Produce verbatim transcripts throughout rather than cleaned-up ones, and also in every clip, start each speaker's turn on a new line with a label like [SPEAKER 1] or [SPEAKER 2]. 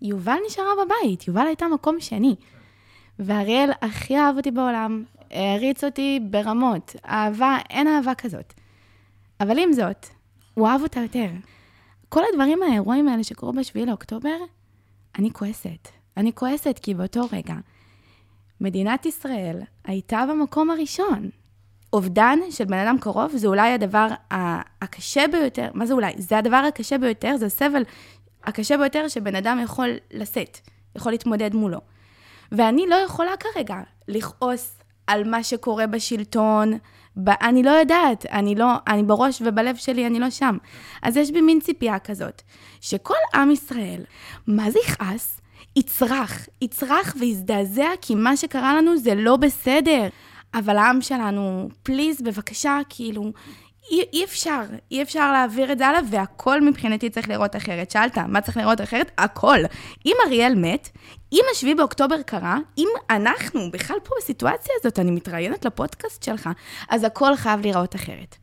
[SPEAKER 1] יובל נשארה בבית, יובל הייתה מקום שני. ואריאל הכי אהב אותי בעולם, הריץ אותי ברמות, אהבה, אין אהבה כזאת. אבל עם זאת, הוא אהב אותה יותר. כל הדברים האירועים האלה שקורו בשביעי לאוקטובר, אני כועסת. אני כועסת כי באותו רגע, מדינת ישראל הייתה במקום הראשון. אובדן של בן אדם קרוב, זה אולי הדבר הקשה ביותר, מה זה אולי? זה הדבר הקשה ביותר, זה הסבל הקשה ביותר שבן אדם יכול לשאת, יכול להתמודד מולו. ואני לא יכולה כרגע לכעוס על מה שקורה בשלטון, אני לא יודעת, אני לא, אני בראש ובלב שלי, אני לא שם. אז יש בי מין ציפייה כזאת, שכל עם ישראל, מה זה יכעס? יצרח, יצרח ויזדעזע, כי מה שקרה לנו זה לא בסדר. אבל העם שלנו, פליז, בבקשה, כאילו, אי, אי אפשר, אי אפשר להעביר את זה עליו, והכל מבחינתי צריך לראות אחרת. שאלת, מה צריך לראות אחרת? הכל. אם אריאל מת, אם השביעי באוקטובר קרה, אם אנחנו בכלל פה בסיטואציה הזאת, אני מתראיינת לפודקאסט שלך, אז הכל חייב לראות אחרת.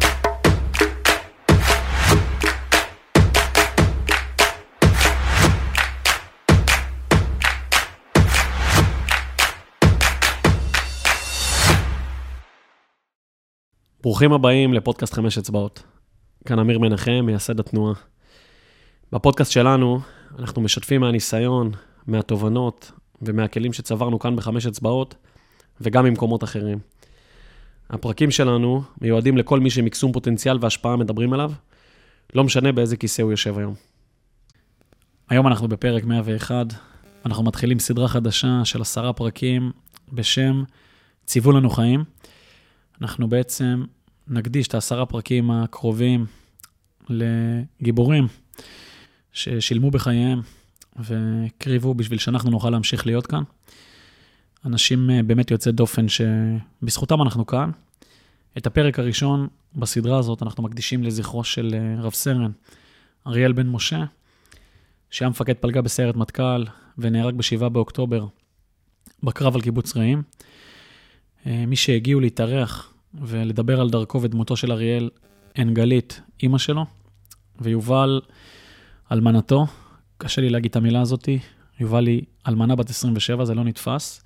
[SPEAKER 2] ברוכים הבאים לפודקאסט חמש אצבעות. כאן אמיר מנחם, מייסד התנועה. בפודקאסט שלנו אנחנו משתפים מהניסיון, מהתובנות ומהכלים שצברנו כאן בחמש אצבעות, וגם ממקומות אחרים. הפרקים שלנו מיועדים לכל מי שמקסום פוטנציאל והשפעה מדברים עליו, לא משנה באיזה כיסא הוא יושב היום. היום אנחנו בפרק מאה ואחת, אנחנו מתחילים סדרה חדשה של עשרה פרקים בשם ציוו לנו חיים. אנחנו בעצם נקדיש את העשרה פרקים הקרובים לגיבורים ששילמו בחייהם וקריבו בשביל שאנחנו נוכל להמשיך להיות כאן. אנשים באמת יוצאי דופן שבזכותם אנחנו כאן. את הפרק הראשון בסדרה הזאת אנחנו מקדישים לזכרו של רב סרן אריאל בן משה, שהיה מפקד פלגה בסיירת מטכ"ל ונהרג בשבעה באוקטובר בקרב על קיבוץ רעים. מי שהגיעו להתארח ולדבר על דרכו ודמותו של אריאל, הן גלית, אמא שלו, ויובל אלמנתו, קשה לי להגיד את המילה הזאת, יובל היא אלמנה בת עשרים ושבע, זה לא נתפס,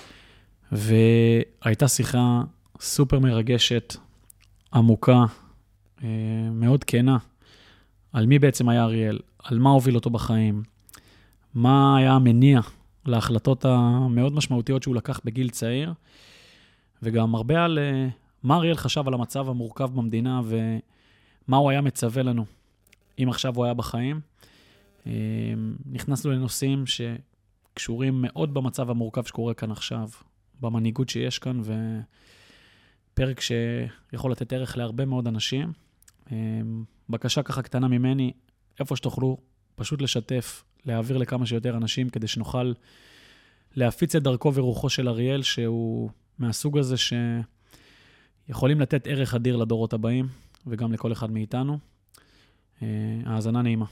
[SPEAKER 2] והייתה שיחה סופר מרגשת, עמוקה, מאוד כנה, על מי בעצם היה אריאל, על מה הוביל אותו בחיים, מה היה המניע להחלטות המאוד משמעותיות שהוא לקח בגיל צעיר, וגם הרבה על uh, מה אריאל חשב על המצב המורכב במדינה, ומה הוא היה מצווה לנו, אם עכשיו הוא היה בחיים. Uh, נכנסנו לנושאים שקשורים מאוד במצב המורכב שקורה כאן עכשיו, במנהיגות שיש כאן, ופרק שיכול לתת ערך להרבה מאוד אנשים. Uh, בקשה ככה קטנה ממני, איפה שתוכלו פשוט לשתף, להעביר לכמה שיותר אנשים, כדי שנוכל להפיץ את דרכו ורוחו של אריאל, שהוא מהסוג הזה שיכולים לתת ערך אדיר לדורות הבאים, וגם לכל אחד מאיתנו. האזנה נעימה.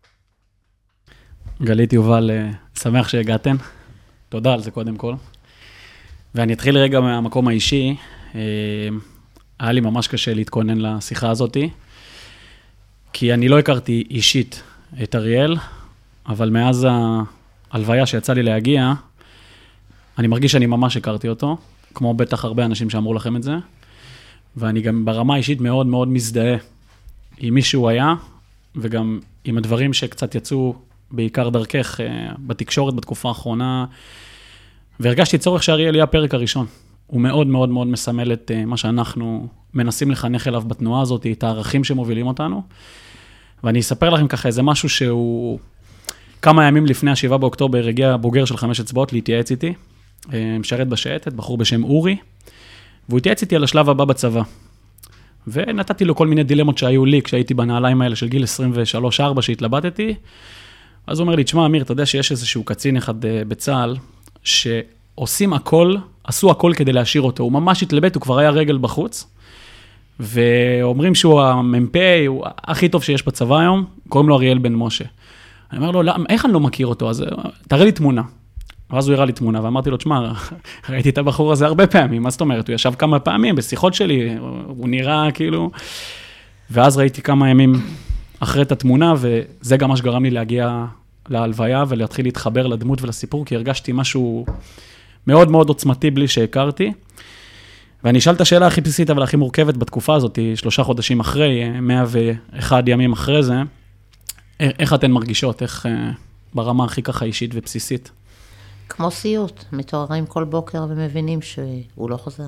[SPEAKER 2] גלית, יובל, שמח שהגעתם. תודה על זה קודם כל. ואני אתחיל רגע מהמקום האישי. היה לי ממש קשה להתכונן לשיחה הזאת, כי אני לא הכרתי אישית את אריאל, אבל מאז ההלוויה שיצא לי להגיע, אני מרגיש שאני ממש הכרתי אותו, כמו בטח הרבה אנשים שאמרו לכם את זה, ואני גם ברמה האישית מאוד מאוד מזדהה עם מי שהוא היה, וגם עם הדברים שקצת יצאו בעיקר דרכך בתקשורת בתקופה האחרונה, והרגשתי צורך שאריאל יהיה הפרק הראשון. הוא מאוד מאוד מאוד מסמל את מה שאנחנו מנסים לחנך אליו בתנועה הזאת, את הערכים שמובילים אותנו, ואני אספר לכם ככה איזה משהו שהוא, כמה ימים לפני השבעה באוקטובר הגיע בוגר של חמש אצבעות להתייעץ איתי, משרת בשייטת, בחור בשם אורי, והוא התייעץ איתי על השלב הבא בצבא. ונתתי לו כל מיני דילמות שהיו לי, כשהייתי בנעליים האלה של גיל עשרים ושלוש ארבע שהתלבטתי. אז הוא אומר לי, תשמע אמיר, אתה יודע שיש איזשהו קצין אחד בצה"ל, שעושים הכל, עשו הכל כדי להשאיר אותו. הוא ממש התלבט, הוא כבר היה רגל בחוץ, ואומרים שהוא המ"פ, הוא הכי טוב שיש בצבא היום, קוראים לו אריאל בן משה. אני אומר לו, לא, איך אני לא מכיר אותו? אז תראה לי תמונה. ואז הוא הראה לי תמונה, ואמרתי לו, תשמע, ראיתי את הבחור הזה הרבה פעמים, מה זאת אומרת? הוא ישב כמה פעמים בשיחות שלי, הוא נראה כאילו, ואז ראיתי כמה ימים אחרי את התמונה, וזה גם מה שגרם לי להגיע להלוויה ולהתחיל להתחבר לדמות ולסיפור, כי הרגשתי משהו מאוד מאוד עוצמתי בלי שהכרתי. ואני אשאל את השאלה הכי בסיסית, אבל הכי מורכבת בתקופה הזאת, שלושה חודשים אחרי, מאה ואחד ימים אחרי זה, איך אתן מרגישות? איך ברמה הכי ככה אישית ובסיסית?
[SPEAKER 3] כמו סיוט, מתעוררים כל בוקר ומבינים שהוא לא חוזר.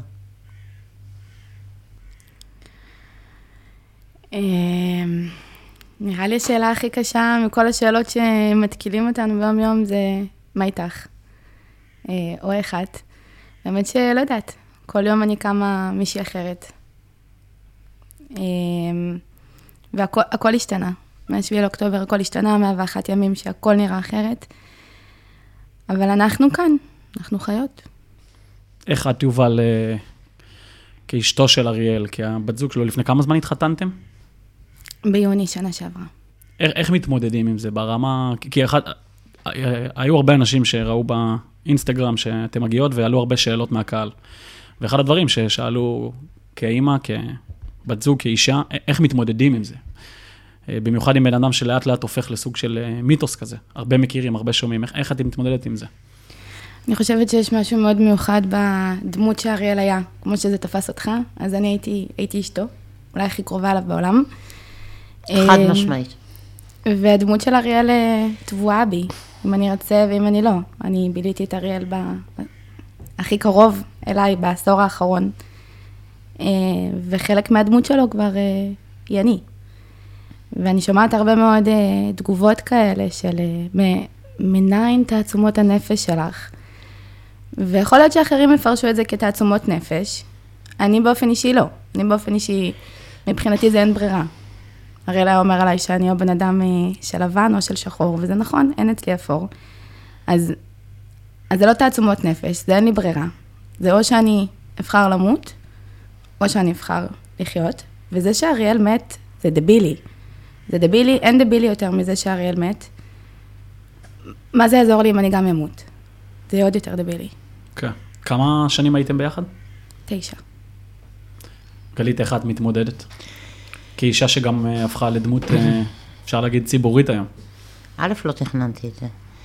[SPEAKER 1] נראה לי השאלה הכי קשה מכל השאלות שמתקילים אותנו ביום יום זה מה איתך? או איך את? באמת שלא יודעת, כל יום אני קמה מישהי אחרת. והכל השתנה. מהשביעי לאוקטובר הכל השתנה, מאה ואחד ימים שהכל נראה אחרת. אבל אנחנו כאן, אנחנו חיות.
[SPEAKER 2] איך את יובל כאשתו של אריאל, כבת זוג שלו, לפני כמה זמן התחתנתם?
[SPEAKER 1] ביוני שנה שעברה.
[SPEAKER 2] איך, איך מתמודדים עם זה ברמה, כי אחד, היו הרבה אנשים שראו באינסטגרם שאתם מגיעות, ועלו הרבה שאלות מהקהל. ואחד הדברים ששאלו כאימא, כבת זוג, כאישה, איך מתמודדים עם זה? במיוחד עם בן אדם שלאט לאט הופך לסוג של מיתוס כזה. הרבה מכירים, הרבה שומעים. איך, איך אתם מתמודדת עם זה?
[SPEAKER 1] אני חושבת שיש משהו מאוד מיוחד בדמות שאריאל היה, כמו שזה תפס אותך, אז אני הייתי, הייתי אשתו, אולי הכי קרובה אליו בעולם.
[SPEAKER 3] חד משמעית.
[SPEAKER 1] והדמות של אריאל תבואה בי, אם אני רצה ואם אני לא. אני ביליתי את אריאל ב... הכי קרוב אליי בעשור האחרון, וחלק מהדמות שלו כבר היא אני. ואני שומעת הרבה מאוד תגובות כאלה של מניין תעצומות הנפש שלך. ויכול להיות שאחרים יפרשו את זה כתעצומות נפש. אני באופן אישי לא. אני באופן אישי, מבחינתי זה אין ברירה. אריאל היה אומר עליי שאני או בן אדם של לבן או של שחור, וזה נכון, אין אצלי אפור. אז, אז זה לא תעצומות נפש, זה אין לי ברירה. זה או שאני אבחר למות, או שאני אבחר לחיות. וזה שאריאל מת, זה דבילי. זה דבילי, אין דבילי יותר מזה שאריאל מת. מה זה יעזור לי אם אני גם אמות? זה עוד יותר דבילי.
[SPEAKER 2] כן. Okay. כמה שנים הייתם ביחד?
[SPEAKER 1] תשע.
[SPEAKER 2] גלית, איך את מתמודדת? כאישה שגם הפכה לדמות, אפשר להגיד, ציבורית היום.
[SPEAKER 3] א', לא תכננתי את זה.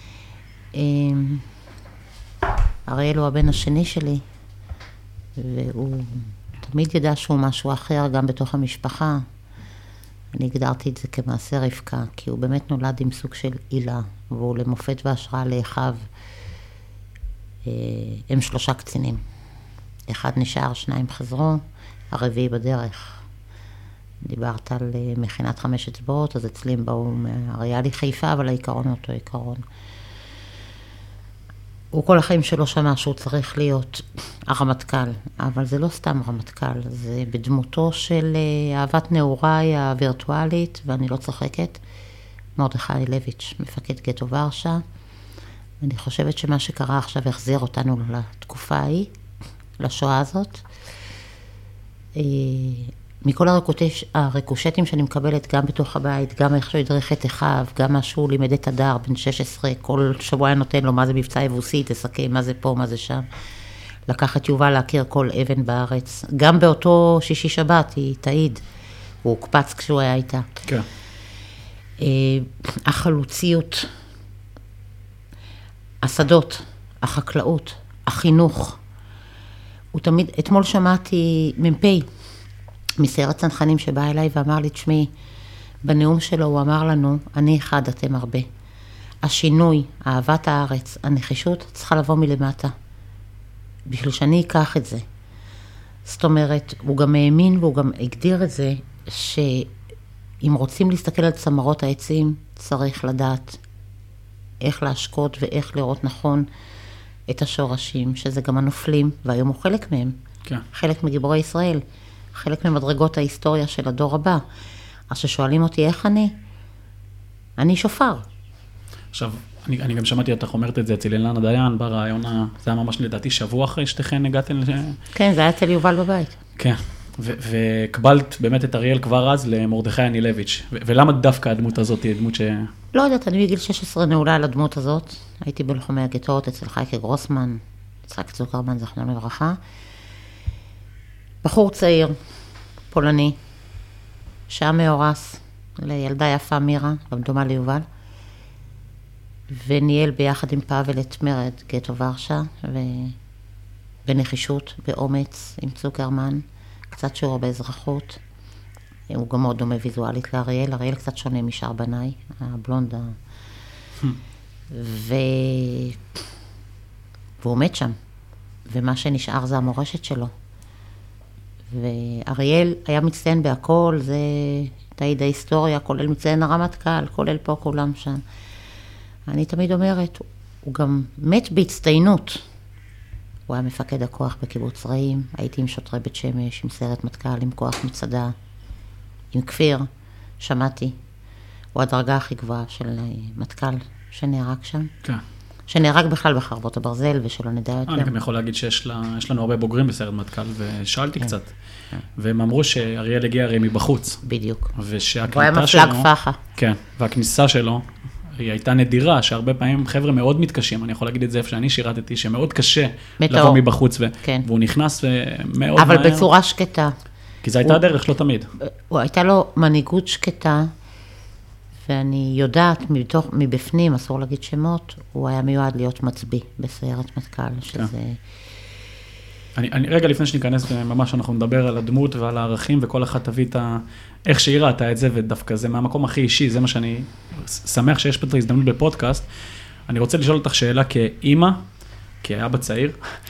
[SPEAKER 3] אריאל הוא הבן השני שלי, והוא תמיד ידע שהוא משהו אחר, גם בתוך המשפחה. אני הגדרתי את זה כמעשה רבקה, כי הוא באמת נולד עם סוג של עילה, והוא למופת והשראה לאחיו. הם שלושה קצינים. אחד נשאר, שניים חזרו, הרביעי בדרך. דיברת על מכינת חמש אצבעות, אז אצלי הם באו מאריאלי חיפה, אבל העיקרון אותו עיקרון. הוא כל החיים שלו שמע שהוא צריך להיות הרמטכ"ל, אבל זה לא סתם רמטכ"ל, זה בדמותו של אהבת נעוריי הווירטואלית, ואני לא צוחקת, מרדכי לויץ', מפקד גטו ורשה. אני חושבת שמה שקרה עכשיו החזיר אותנו לתקופה ההיא, לשואה הזאת. מכל הרקוטש, הרקושטים שאני מקבלת גם בתוך הבית, גם איך שהוא הדריך את אחיו, גם מה שהוא לימד את הדר, בן שש עשרה, כל שבוע נותן לו מה זה מבצע יבוסי, תסכם, מה זה פה, מה זה שם. לקח את יובל להכיר כל אבן בארץ. גם באותו שישי שבת היא תעיד, הוא הוקפץ כשהוא היה איתה.
[SPEAKER 2] כן.
[SPEAKER 3] החלוציות, השדות, החקלאות, החינוך. הוא תמיד, אתמול שמעתי ממפי, מסיירת צנחנים שבא אליי ואמר לי, תשמעי, בנאום שלו הוא אמר לנו, אני אחד, אתם הרבה. השינוי, אהבת הארץ, הנחישות, צריכה לבוא מלמטה. בשביל שאני אקח את זה. זאת אומרת, הוא גם האמין והוא גם הגדיר את זה, שאם רוצים להסתכל על צמרות העצים, צריך לדעת איך להשקות ואיך לראות נכון את השורשים, שזה גם הנופלים, והיום הוא חלק מהם.
[SPEAKER 2] כן.
[SPEAKER 3] חלק מגיבורי ישראל. חלק ממדרגות ההיסטוריה של הדור הבא. אז ששואלים אותי איך אני, אני שופר.
[SPEAKER 2] עכשיו, אני, אני גם שמעתי אותך אומרת את זה אצל אילנה דיין, ברעיון, זה היה ממש לדעתי שבוע אחרי שתיכן הגעתן לש...
[SPEAKER 3] כן, זה היה אצל יובל בבית.
[SPEAKER 2] כן, וקבלת באמת את אריאל כבר אז למרדכי אנילביץ'. ו- ולמה דווקא הדמות הזאת היא דמות ש...
[SPEAKER 3] לא יודעת, אני בגיל שש עשרה נעולה על הדמות הזאת. הייתי בלוחמי הגטאות אצל חייקה גרוסמן, יצחק צוקרמן, זכרונו לברכה. בחור צעיר, פולני, שהיה מאורס לילדה יפה מירה, גם דומה ליובל. וניהל ביחד עם פאבל את מרד גטו ורשה, ובנחישות, באומץ, עם צוקרמן, קצת שיעור באזרחות. הוא גם מאוד דומה ויזואלית לאריאל, אריאל קצת שונה משאר בניי, הבלונד. ו... והוא מת שם, ומה שנשאר זה המורשת שלו. ואריאל היה מצטיין בהכל, זה תעיד ההיסטוריה, כולל מצטיין הרמטכ"ל, כולל פה כולם שם. אני תמיד אומרת, הוא גם מת בהצטיינות. הוא היה מפקד הכוח בקיבוץ רעים, הייתי עם שוטרי בית שמש, עם סיירת מטכ"ל, עם כוח מצדה, עם כפיר, שמעתי. הוא הדרגה הכי גבוהה של מטכ"ל שנהרג שם. כן. שנהרג בכלל בחרבות הברזל, ושלא נדע יותר.
[SPEAKER 2] אני גם יכול להגיד שיש לנו הרבה בוגרים בסיירת מטכ"ל, ושאלתי קצת. והם אמרו שאריאל הגיע הרי מבחוץ.
[SPEAKER 3] בדיוק.
[SPEAKER 2] ושהכניסה שלו... הוא היה מפלג פחה. כן, והכניסה שלו, היא הייתה נדירה, שהרבה פעמים חבר'ה מאוד מתקשים, אני יכול להגיד את זה איפה שאני שירתתי, שמאוד קשה לבוא מבחוץ, והוא נכנס מאוד
[SPEAKER 3] אבל מהר. בצורה שקטה.
[SPEAKER 2] כי זו הייתה הדרך, לא תמיד.
[SPEAKER 3] הוא הייתה לו מנהיגות שקטה, ואני יודעת, מתוך, מבפנים, אסור להגיד שמות, הוא היה מיועד להיות מצביא בסיירת מטכ"ל, שזה...
[SPEAKER 2] אני, אני, רגע לפני שניכנס, ממש אנחנו נדבר על הדמות ועל הערכים, וכל אחד תביא את ה... איך שהיא ראתה את זה, ודווקא זה מהמקום הכי אישי, זה מה שאני שמח שיש פה את ההזדמנות בפודקאסט. אני רוצה לשאול אותך שאלה כאימא, כאבא צעיר.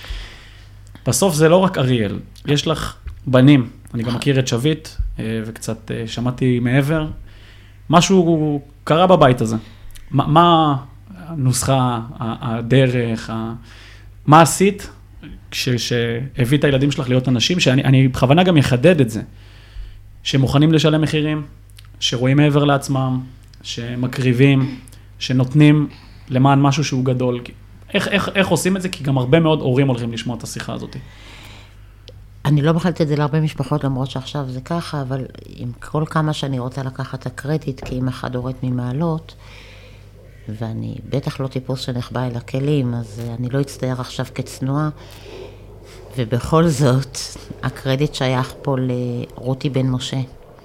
[SPEAKER 2] בסוף זה לא רק אריאל, יש לך בנים, אני גם מכיר את שביט, וקצת שמעתי מעבר, משהו קרה בבית הזה. מה, מה הנוסחה, הדרך, מה עשית שהביא את הילדים שלך להיות אנשים, שאני אני בכוונה גם יחדד את זה, שמוכנים לשלם מחירים, שרואים מעבר לעצמם, שמקריבים, שנותנים למען משהו שהוא גדול. איך, איך, איך עושים את זה? כי גם הרבה מאוד הורים הולכים לשמוע את השיחה הזאת.
[SPEAKER 3] אני לא מחלת את זה להרבה משפחות, למרות שעכשיו זה ככה, אבל עם כל כמה שאני רוצה לקחת את הקרדיט, כי אם אחד הורית ממעלות, ואני בטח לא טיפוס שנחבא אל הכלים, אז אני לא אצטייר עכשיו כצנועה, ובכל זאת, הקרדיט שייך פה לרותי בן משה,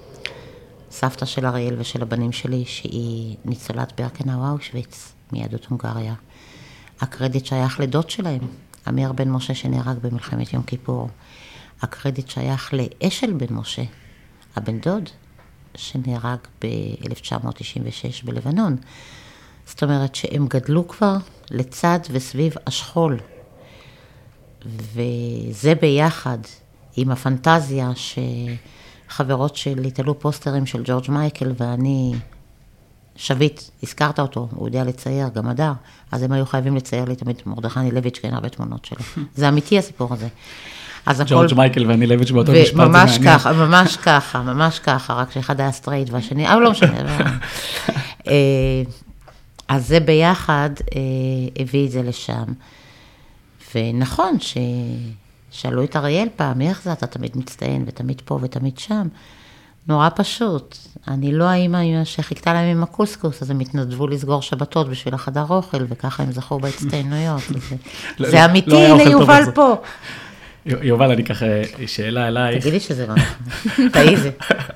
[SPEAKER 3] סבתא של אריאל ושל הבנים שלי, שהיא ניצולת בירקנאו אושוויץ, מיהדות הונגריה. הקרדיט שייך לדוד שלהם, אמיר בן משה שנהרג במלחמת יום כיפור. הקרדיט שייך לאשל בן משה, הבן דוד, שנהרג ב-אלף תשע מאות תשעים ושש בלבנון. זאת אומרת שהם גדלו כבר לצד וסביב השכול. וזה ביחד עם הפנטזיה שחברות שלי תלו פוסטרים של ג'ורג' מייקל, ואני שביט, הזכרת אותו, הוא יודע לצייר, גם הדר, אז הם היו חייבים לצייר לי תמיד מרדכי אנילביץ', כן, הרבה תמונות שלו. זה אמיתי הסיפור הזה.
[SPEAKER 2] ג'ורג' מייקל ואנילביץ' באותו משפט, זה
[SPEAKER 3] מעניין. ממש ככה, ממש ככה, ממש ככה, רק שאחד היה סטרייט והשני, אבל לא משנה. אז זה ביחד הביא את זה לשם. ונכון ששאלו את אריאל פעם, איך זה אתה תמיד מצטיין ותמיד פה ותמיד שם? נורא פשוט. אני לא האמא שחיכתה להם עם הקוסקוס, אז הם התנדבו לסגור שבתות בשביל החדר אוכל, וככה הם זכו בהצטיינויות. זה אמיתי ליובל פה.
[SPEAKER 2] יובל, אני ככה, שאלה אלייך.
[SPEAKER 3] תגידי שזה לא נכון. תהי זה.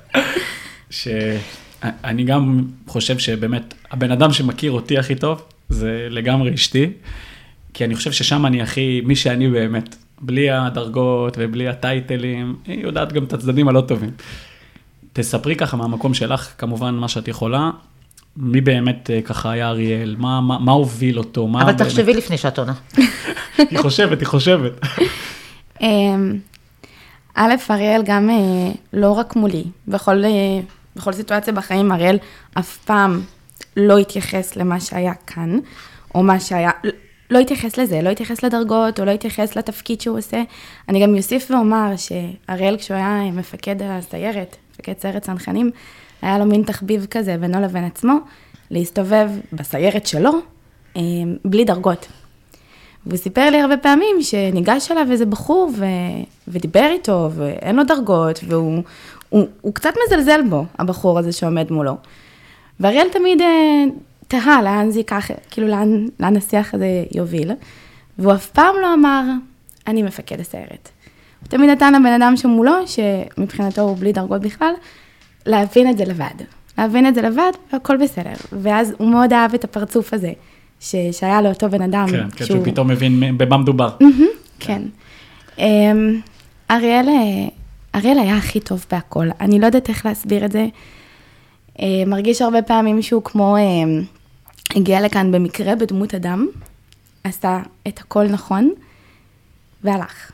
[SPEAKER 2] שאני גם חושב שבאמת, הבן אדם שמכיר אותי הכי טוב, זה לגמרי אשתי, כי אני חושב ששם אני הכי, מי שאני באמת, בלי הדרגות ובלי הטייטלים, היא יודעת גם את הצדדים הלא טובים. תספרי ככה מהמקום שלך, כמובן מה שאת יכולה, מי באמת ככה היה אריאל, מה, מה, מה הוביל אותו, מה
[SPEAKER 3] אבל
[SPEAKER 2] באמת...
[SPEAKER 3] תחשבי לפני שאת עונה.
[SPEAKER 2] היא חושבת, היא חושבת.
[SPEAKER 1] א', אריאל גם לא רק מולי, בכל, בכל סיטואציה בחיים, אריאל אף פעם לא התייחס למה שהיה כאן, או מה שהיה, לא התייחס לזה, לא התייחס לדרגות, או לא התייחס לתפקיד שהוא עושה. אני גם יוסיף ואומר שאריאל, כשהוא היה מפקד הסיירת, מפקד סיירת צנחנים, היה לו מין תחביב כזה בינו לבין עצמו, להסתובב בסיירת שלו, בלי דרגות. והוא סיפר לי הרבה פעמים שניגש אליו איזה בחור ו... ודיבר איתו, ואין לו דרגות, והוא הוא, הוא קצת מזלזל בו, הבחור הזה שעומד מולו. ואריאל תמיד תהה לאן זה ייקח, כאילו לאן, לאן השיח הזה יוביל, והוא אף פעם לא אמר, אני מפקד הסיירת. הוא תמיד נתן לבן אדם שמולו, שמבחינתו הוא בלי דרגות בכלל, להבין את זה לבד. להבין את זה לבד, והכל בסדר. ואז הוא מאוד אהב את הפרצוף הזה, ש, שהיה לאותו בן אדם.
[SPEAKER 2] כן, כן, שהוא פתאום מבין במה מדובר.
[SPEAKER 1] כן. אריאל, אריאל היה הכי טוב בהכל. אני לא יודעת איך להסביר את זה. מרגיש הרבה פעמים שהוא כמו, הגיע לכאן במקרה בדמות אדם, עשה את הכל נכון, והלך.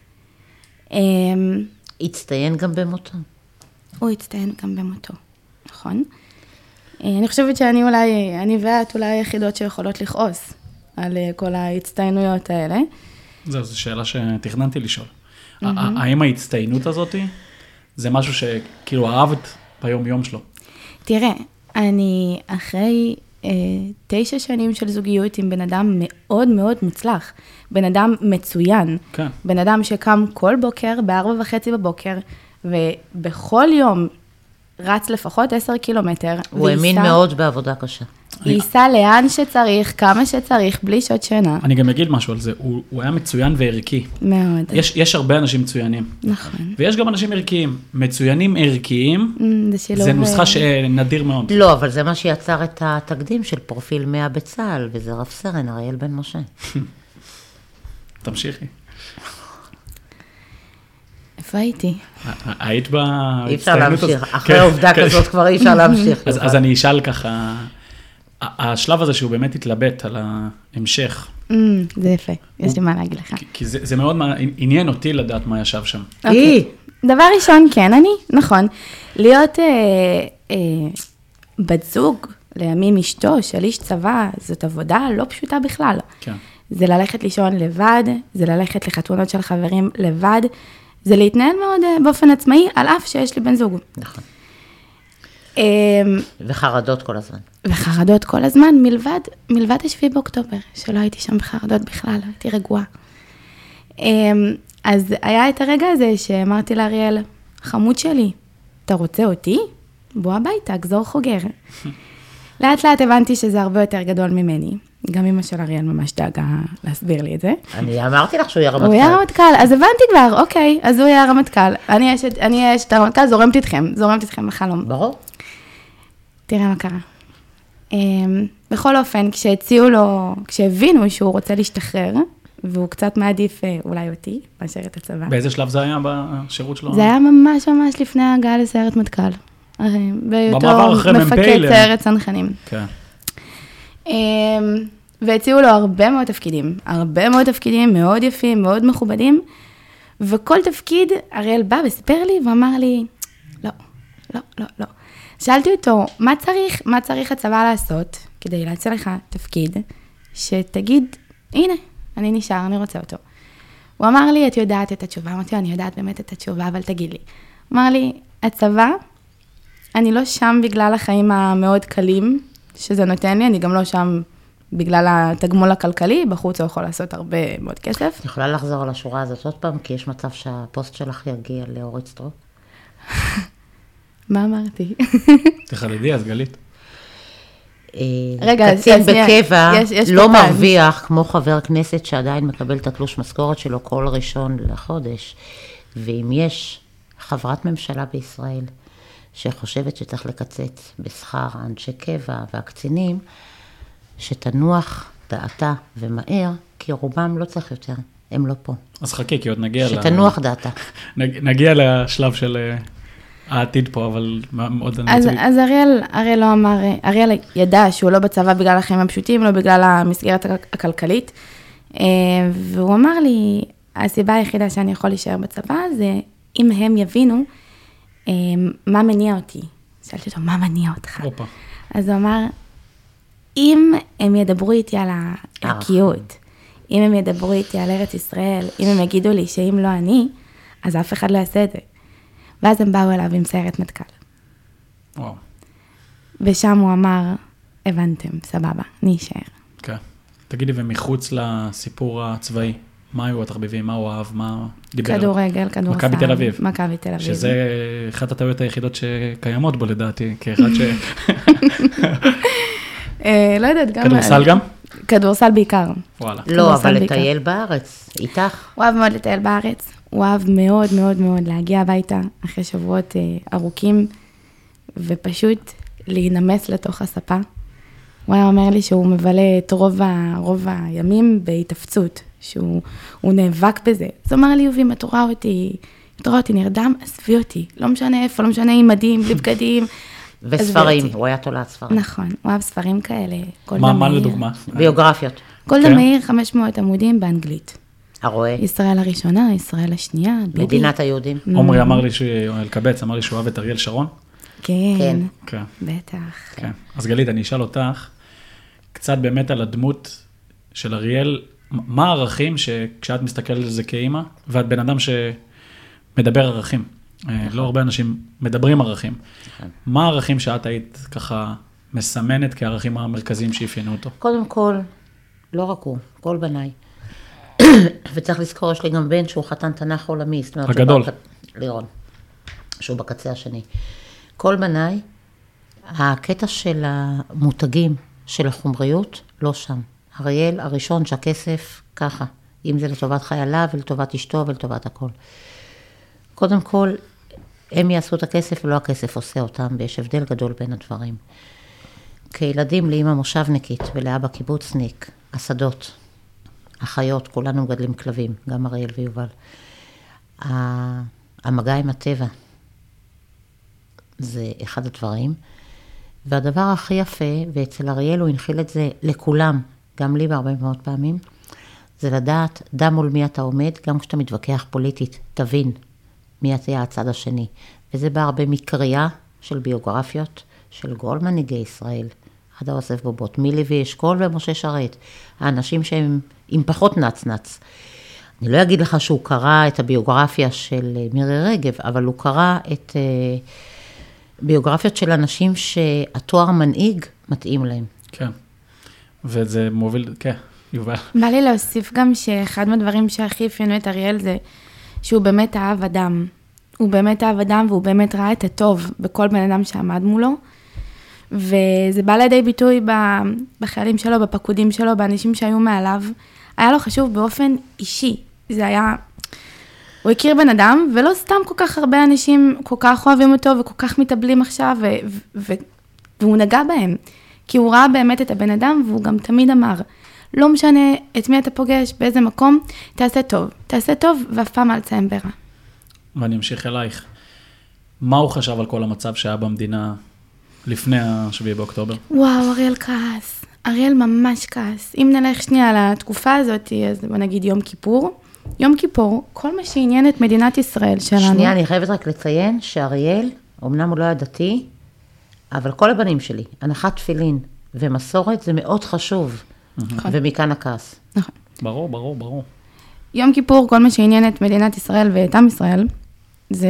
[SPEAKER 3] הצטיין גם במותו.
[SPEAKER 1] הוא הצטיין גם במותו, נכון. אני חושבת שאני אולי, אני ואת אולי היחידות שיכולות לכעוס על כל ההצטיינויות האלה.
[SPEAKER 2] זו, זו שאלה שתכננתי לשאול. האם ההצטיינות הזאת, זה משהו שכאילו אהבת ביום יום שלו?
[SPEAKER 1] תראה, אני אחרי אה, תשע שנים של זוגיות עם בן אדם מאוד מאוד מוצלח, בן אדם מצוין,
[SPEAKER 2] כן.
[SPEAKER 1] בן אדם שקם כל בוקר, בארבע וחצי בבוקר, ובכל יום רץ לפחות עשר קילומטר.
[SPEAKER 3] הוא האמין מאוד בעבודה קשה.
[SPEAKER 1] ייסע לאן שצריך, כמה שצריך, בלי שעות שינה.
[SPEAKER 2] אני גם אגיד משהו על זה, הוא, הוא היה מצוין וערכי.
[SPEAKER 1] מאוד.
[SPEAKER 2] יש, יש הרבה אנשים מצוינים.
[SPEAKER 1] נכון.
[SPEAKER 2] ויש גם אנשים ערכיים. מצוינים ערכיים,
[SPEAKER 1] זה, שילוב...
[SPEAKER 2] זה נוסחה שנדיר מאוד.
[SPEAKER 3] לא, אבל זה מה שיצר את התקדים של פרופיל מאה בצה"ל, וזה רב סרן אריאל בן משה.
[SPEAKER 2] תמשיכי.
[SPEAKER 1] איפה הייתי?
[SPEAKER 2] היית בהצטיינות?
[SPEAKER 3] אי אפשר להמשיך. אחרי עובדה כזאת כבר אי אפשר להמשיך.
[SPEAKER 2] אז אני אשאל ככה, השלב הזה שהוא באמת התלבט על ההמשך.
[SPEAKER 1] זה יפה, יש לי מה להגיד לך.
[SPEAKER 2] כי זה מאוד עניין אותי לדעת מה ישב שם.
[SPEAKER 3] היא.
[SPEAKER 1] דבר ראשון, כן, אני, נכון. להיות בת זוג, לימים אשתו של איש צבא, זאת עבודה לא פשוטה בכלל.
[SPEAKER 2] כן.
[SPEAKER 1] זה ללכת לישון לבד, זה ללכת לחתונות של חברים לבד, זה להתנהל מאוד באופן עצמאי, על אף שיש לי בן זוג.
[SPEAKER 3] נכון. וחרדות כל הזמן.
[SPEAKER 1] וחרדות כל הזמן, מלבד, מלבד השביעי באוקטובר, שלא הייתי שם בחרדות בכלל, הייתי רגועה. אז היה את הרגע הזה שאמרתי לאריאל, חמוד שלי, אתה רוצה אותי? בוא הביתה, גזור חוגר. לאט לאט הבנתי שזה הרבה יותר גדול ממני. גם אמא של אריאל ממש דאגה להסביר לי את זה.
[SPEAKER 3] אני אמרתי לך שהוא יהיה רמטכ"ל.
[SPEAKER 1] הוא יהיה רמטכ"ל, אז הבנתי כבר, אוקיי, אז הוא יהיה רמטכ"ל. אני אשת, אני אשת הרמטכ"ל, זורמת איתכם, זורמת איתכם בחלום.
[SPEAKER 3] ברור.
[SPEAKER 1] תראה מה קרה. בכל אופן, כשהציעו לו, כשהבינו שהוא רוצה להשתחרר, והוא קצת מעדיף אולי אותי, מאשר את הצבא.
[SPEAKER 2] באיזה שלב זה היה בשירות שלו?
[SPEAKER 1] זה היה ממש ממש לפני ההגעה לסיירת מטכ"ל.
[SPEAKER 2] במעבר אחרי מ"פ.
[SPEAKER 1] מפקד סיירת צנחנים.
[SPEAKER 2] כן.
[SPEAKER 1] והציעו לו הרבה מאוד תפקידים, הרבה מאוד תפקידים מאוד יפים, מאוד מכובדים, וכל תפקיד, אריאל בא וסיפר לי ואמר לי, לא, לא, לא, לא. שאלתי אותו, מה צריך, מה צריך הצבא לעשות כדי להציע לך תפקיד, שתגיד, הנה, אני נשאר, אני רוצה אותו. הוא אמר לי, את יודעת את התשובה, אמרתי, אני יודעת באמת את התשובה, אבל תגיד לי. הוא אמר לי, הצבא, אני לא שם בגלל החיים המאוד קלים, שזה נותן לי, אני גם לא שם בגלל התגמול הכלכלי, בחוץ הוא יכול לעשות הרבה מאוד כסף.
[SPEAKER 3] את יכולה לחזור על השורה הזאת עוד פעם, כי יש מצב שהפוסט שלך יגיע לאורית סטרוק?
[SPEAKER 1] מה אמרתי?
[SPEAKER 2] תחדדי, אז גלית.
[SPEAKER 3] רגע, קצין בקבע לא מרוויח כמו חבר כנסת שעדיין מקבל את התלוש משכורת שלו כל ראשון לחודש. ואם יש חברת ממשלה בישראל שחושבת שצריך לקצץ בשכר האנשי קבע והקצינים, שתנוח דעתה ומהר, כי רובם לא צריך יותר, הם לא פה.
[SPEAKER 2] אז חכי, כי עוד נגיע...
[SPEAKER 3] שתנוח דעתה.
[SPEAKER 2] נגיע לשלב של העתיד פה, אבל מאוד...
[SPEAKER 1] אז, אז אריאל, אריאל לא אמר, אריאל ידע שהוא לא בצבא בגלל החיים הפשוטים, לא בגלל המסגרת הכלכלית, והוא אמר לי, הסיבה היחידה שאני יכול להישאר בצבא, זה אם הם יבינו מה מניע אותי. שאלתי אותו, מה מניע אותך?
[SPEAKER 2] אופה.
[SPEAKER 1] אז הוא אמר, אם הם ידברו איתי על הערכיות, אם הם ידברו איתי על ארץ ישראל, אם הם יגידו לי שאם לא אני, אז אף אחד לא יעשה את זה. ואז הם באו אליו עם סיירת מטכ"ל.
[SPEAKER 2] וואו.
[SPEAKER 1] ושם הוא אמר, הבנתם, סבבה, אני אשאר.
[SPEAKER 2] כן. תגידי, ומחוץ לסיפור הצבאי, מה היו התחביבים, מה הוא אהב, מה דיבר?
[SPEAKER 1] כדורגל, כדורסל.
[SPEAKER 2] מכבי תל אביב.
[SPEAKER 1] מכבי תל אביב.
[SPEAKER 2] שזה אחת הטעויות היחידות שקיימות בו לדעתי, כאחד ש...
[SPEAKER 1] לא יודעת, גם...
[SPEAKER 2] כדורסל גם?
[SPEAKER 1] כדורסל בעיקר.
[SPEAKER 2] וואלה.
[SPEAKER 3] לא, אבל לטייל בארץ, איתך.
[SPEAKER 1] הוא אוהב מאוד לטייל בארץ. הוא אוהב מאוד מאוד מאוד להגיע הביתה אחרי שבועות ארוכים, ופשוט להינמס לתוך הספה, הוא היה אומר לי שהוא מבלה את רוב, ה, רוב הימים בהתאפצות, שהוא נאבק בזה. אז הוא אמר לי, יובי, אם את רואה אותי, את רואה אותי נרדם, עזבי אותי. לא משנה איפה, לא משנה עם מדים, בלי בגדים.
[SPEAKER 3] וספרים, הוא היה תולעת ספרים.
[SPEAKER 1] נכון, הוא אוהב ספרים כאלה.
[SPEAKER 2] מה, מה לדוגמה?
[SPEAKER 3] ביוגרפיות.
[SPEAKER 1] גולדה מאיר, חמש מאות עמודים באנגלית.
[SPEAKER 3] הרואה.
[SPEAKER 1] ישראל הראשונה, ישראל השנייה, ביבי.
[SPEAKER 3] מדינת היהודים.
[SPEAKER 2] עומרי אמר לי, אלקבץ, אמר לי שהוא אוהב את אריאל שרון.
[SPEAKER 1] כן,
[SPEAKER 2] כן.
[SPEAKER 1] בטח.
[SPEAKER 2] כן. אז גלית, אני אשאל אותך, קצת באמת על הדמות של אריאל, מה הערכים שכשאת מסתכלת על זה כאימא, ואת בן אדם שמדבר ערכים, לא הרבה אנשים מדברים ערכים, מה הערכים שאת היית ככה מסמנת כערכים המרכזיים שאפיינו אותו?
[SPEAKER 3] קודם כל, לא רק הוא, כל בניי. וצריך לזכור, יש לי גם בן שהוא חתן תנ"ך עולמי.
[SPEAKER 2] הגדול.
[SPEAKER 3] לירון, שהוא בקצה השני. כל בניי, הקטע של המותגים, של החומריות, לא שם. אריאל הראשון שהכסף ככה, אם זה לטובת חייליו ולטובת אשתו ולטובת הכל. קודם כל, הם יעשו את הכסף ולא הכסף עושה אותם, ויש הבדל גדול בין הדברים. כילדים לאמא מושבניקית ולאבא קיבוצניק, השדות, החיות, כולנו מגדלים כלבים, גם אריאל ויובל. המגע עם הטבע, זה אחד הדברים. והדבר הכי יפה, ואצל אריאל הוא הנחיל את זה לכולם, גם לי בהרבה מאוד פעמים, זה לדעת דם מול מי אתה עומד, גם כשאתה מתווכח פוליטית, תבין מי אתה הצד השני. וזה בא הרבה מקריאה של ביוגרפיות, של כל מנהיגי ישראל, עד יוסף בובות, מלוי אשכול ומשה שרת, האנשים שהם עם פחות נץ נץ. אני לא אגיד לך שהוא קרא את הביוגרפיה של מירי רגב, אבל הוא קרא את uh, ביוגרפיות של אנשים שהתואר מנהיג מתאים להם.
[SPEAKER 2] כן, וזה מוביל, כן, יובל.
[SPEAKER 1] בא לי להוסיף גם שאחד מהדברים שהכי אפיינו את אריאל זה שהוא באמת אהב אדם. הוא באמת אהב אדם והוא באמת ראה את הטוב בכל בן אדם שעמד מולו. וזה בא לידי ביטוי בחיילים שלו, בפקודים שלו, באנשים שהיו מעליו. היה לו חשוב באופן אישי. זה היה, הוא הכיר בן אדם, ולא סתם כל כך הרבה אנשים כל כך אוהבים אותו, וכל כך מתאבלים עכשיו, ו- ו- והוא נגע בהם. כי הוא ראה באמת את הבן אדם, והוא גם תמיד אמר, לא משנה את מי אתה פוגש, באיזה מקום, תעשה טוב. תעשה טוב, ואף פעם אל תסיים ברע.
[SPEAKER 2] ואני אמשיך אלייך. מה הוא חשב על כל המצב שהיה במדינה לפני השביעי באוקטובר?
[SPEAKER 1] וואו, אריאל כעס. אריאל ממש כעס. אם נלך שנייה על התקופה הזאת, אז בוא נגיד יום כיפור. יום כיפור, כל מה שעניין את מדינת ישראל שלנו.
[SPEAKER 3] שנייה, אני חייבת רק לציין שאריאל, אמנם הוא לא היה דתי, אבל כל הבנים שלי, הנחת תפילין ומסורת זה מאוד חשוב. ומכאן הכעס.
[SPEAKER 1] נכון.
[SPEAKER 2] ברור, ברור, ברור.
[SPEAKER 1] יום כיפור, כל מה שעניין את מדינת ישראל ואת עם ישראל, זה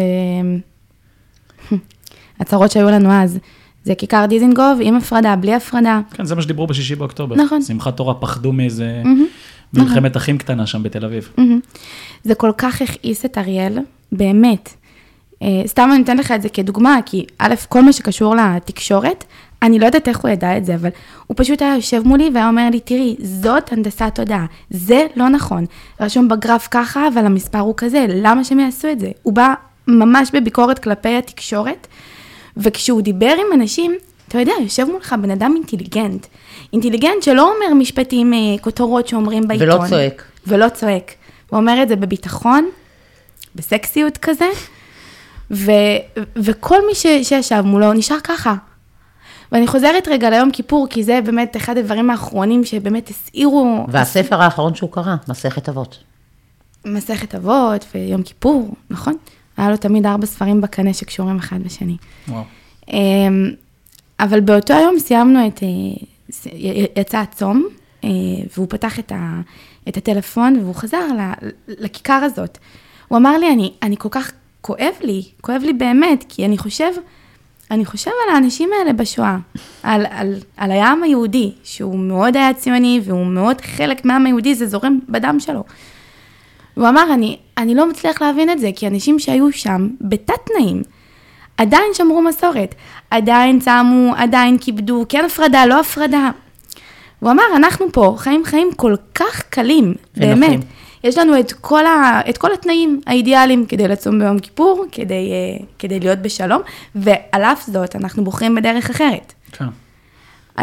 [SPEAKER 1] הצהרות שהיו לנו אז. זה כיכר דיזינגוף עם הפרדה, בלי הפרדה.
[SPEAKER 2] כן, זה מה שדיברו בשישי באוקטובר.
[SPEAKER 1] נכון.
[SPEAKER 2] שמחת תורה פחדו מאיזה מלחמת אחים קטנה שם בתל אביב.
[SPEAKER 1] זה כל כך הכעיס את אריאל, באמת. סתם אני נותן לך את זה כדוגמה, כי א', כל מה שקשור לתקשורת, אני לא יודעת איך הוא ידע את זה, אבל הוא פשוט היה יושב מולי והיה אומר לי, תראי, זאת הנדסת תודעה, זה לא נכון. רשום בגרף ככה, אבל המספר הוא כזה, למה שהם יעשו את זה? הוא בא ממש בביקורת כלפי התקשורת, וכשהוא דיבר עם אנשים, אתה יודע, יושב מולך בן אדם אינטליגנט. אינטליגנט שלא אומר משפטים, כותרות שאומרים בעיתון.
[SPEAKER 3] ולא צועק.
[SPEAKER 1] ולא צועק. הוא אומר את זה בביטחון, בסקסיות כזה, ו, וכל מי ש, שישב מולו נשאר ככה. ואני חוזרת רגע ליום כיפור, כי זה באמת אחד הדברים האחרונים שבאמת הסעירו...
[SPEAKER 3] והספר האחרון שהוא קרא, מסכת אבות.
[SPEAKER 1] מסכת אבות ויום כיפור, נכון? היה לו תמיד ארבע ספרים בקנה שקשורים אחד בשני.
[SPEAKER 2] וואו.
[SPEAKER 1] אבל באותו היום סיימנו את... יצא הצום, והוא פתח את, ה, את הטלפון, והוא חזר לכיכר הזאת. הוא אמר לי, אני, אני כל כך כואב לי, כואב לי באמת, כי אני חושב... אני חושב על האנשים האלה בשואה, על, על, על העם היהודי, שהוא מאוד היה ציוני, והוא מאוד חלק מהעם היהודי, זה זורם בדם שלו. הוא אמר, אני, אני לא מצליח להבין את זה, כי אנשים שהיו שם, בתת תנאים, עדיין שמרו מסורת, עדיין צמו, עדיין כיבדו, כן הפרדה, לא הפרדה. הוא אמר, אנחנו פה חיים חיים כל כך קלים, באמת. יש לנו את כל, ה, את כל התנאים האידיאליים כדי לצום ביום כיפור, כדי, כדי להיות בשלום, ועל אף זאת אנחנו בוחרים בדרך אחרת.
[SPEAKER 2] כן.
[SPEAKER 1] אז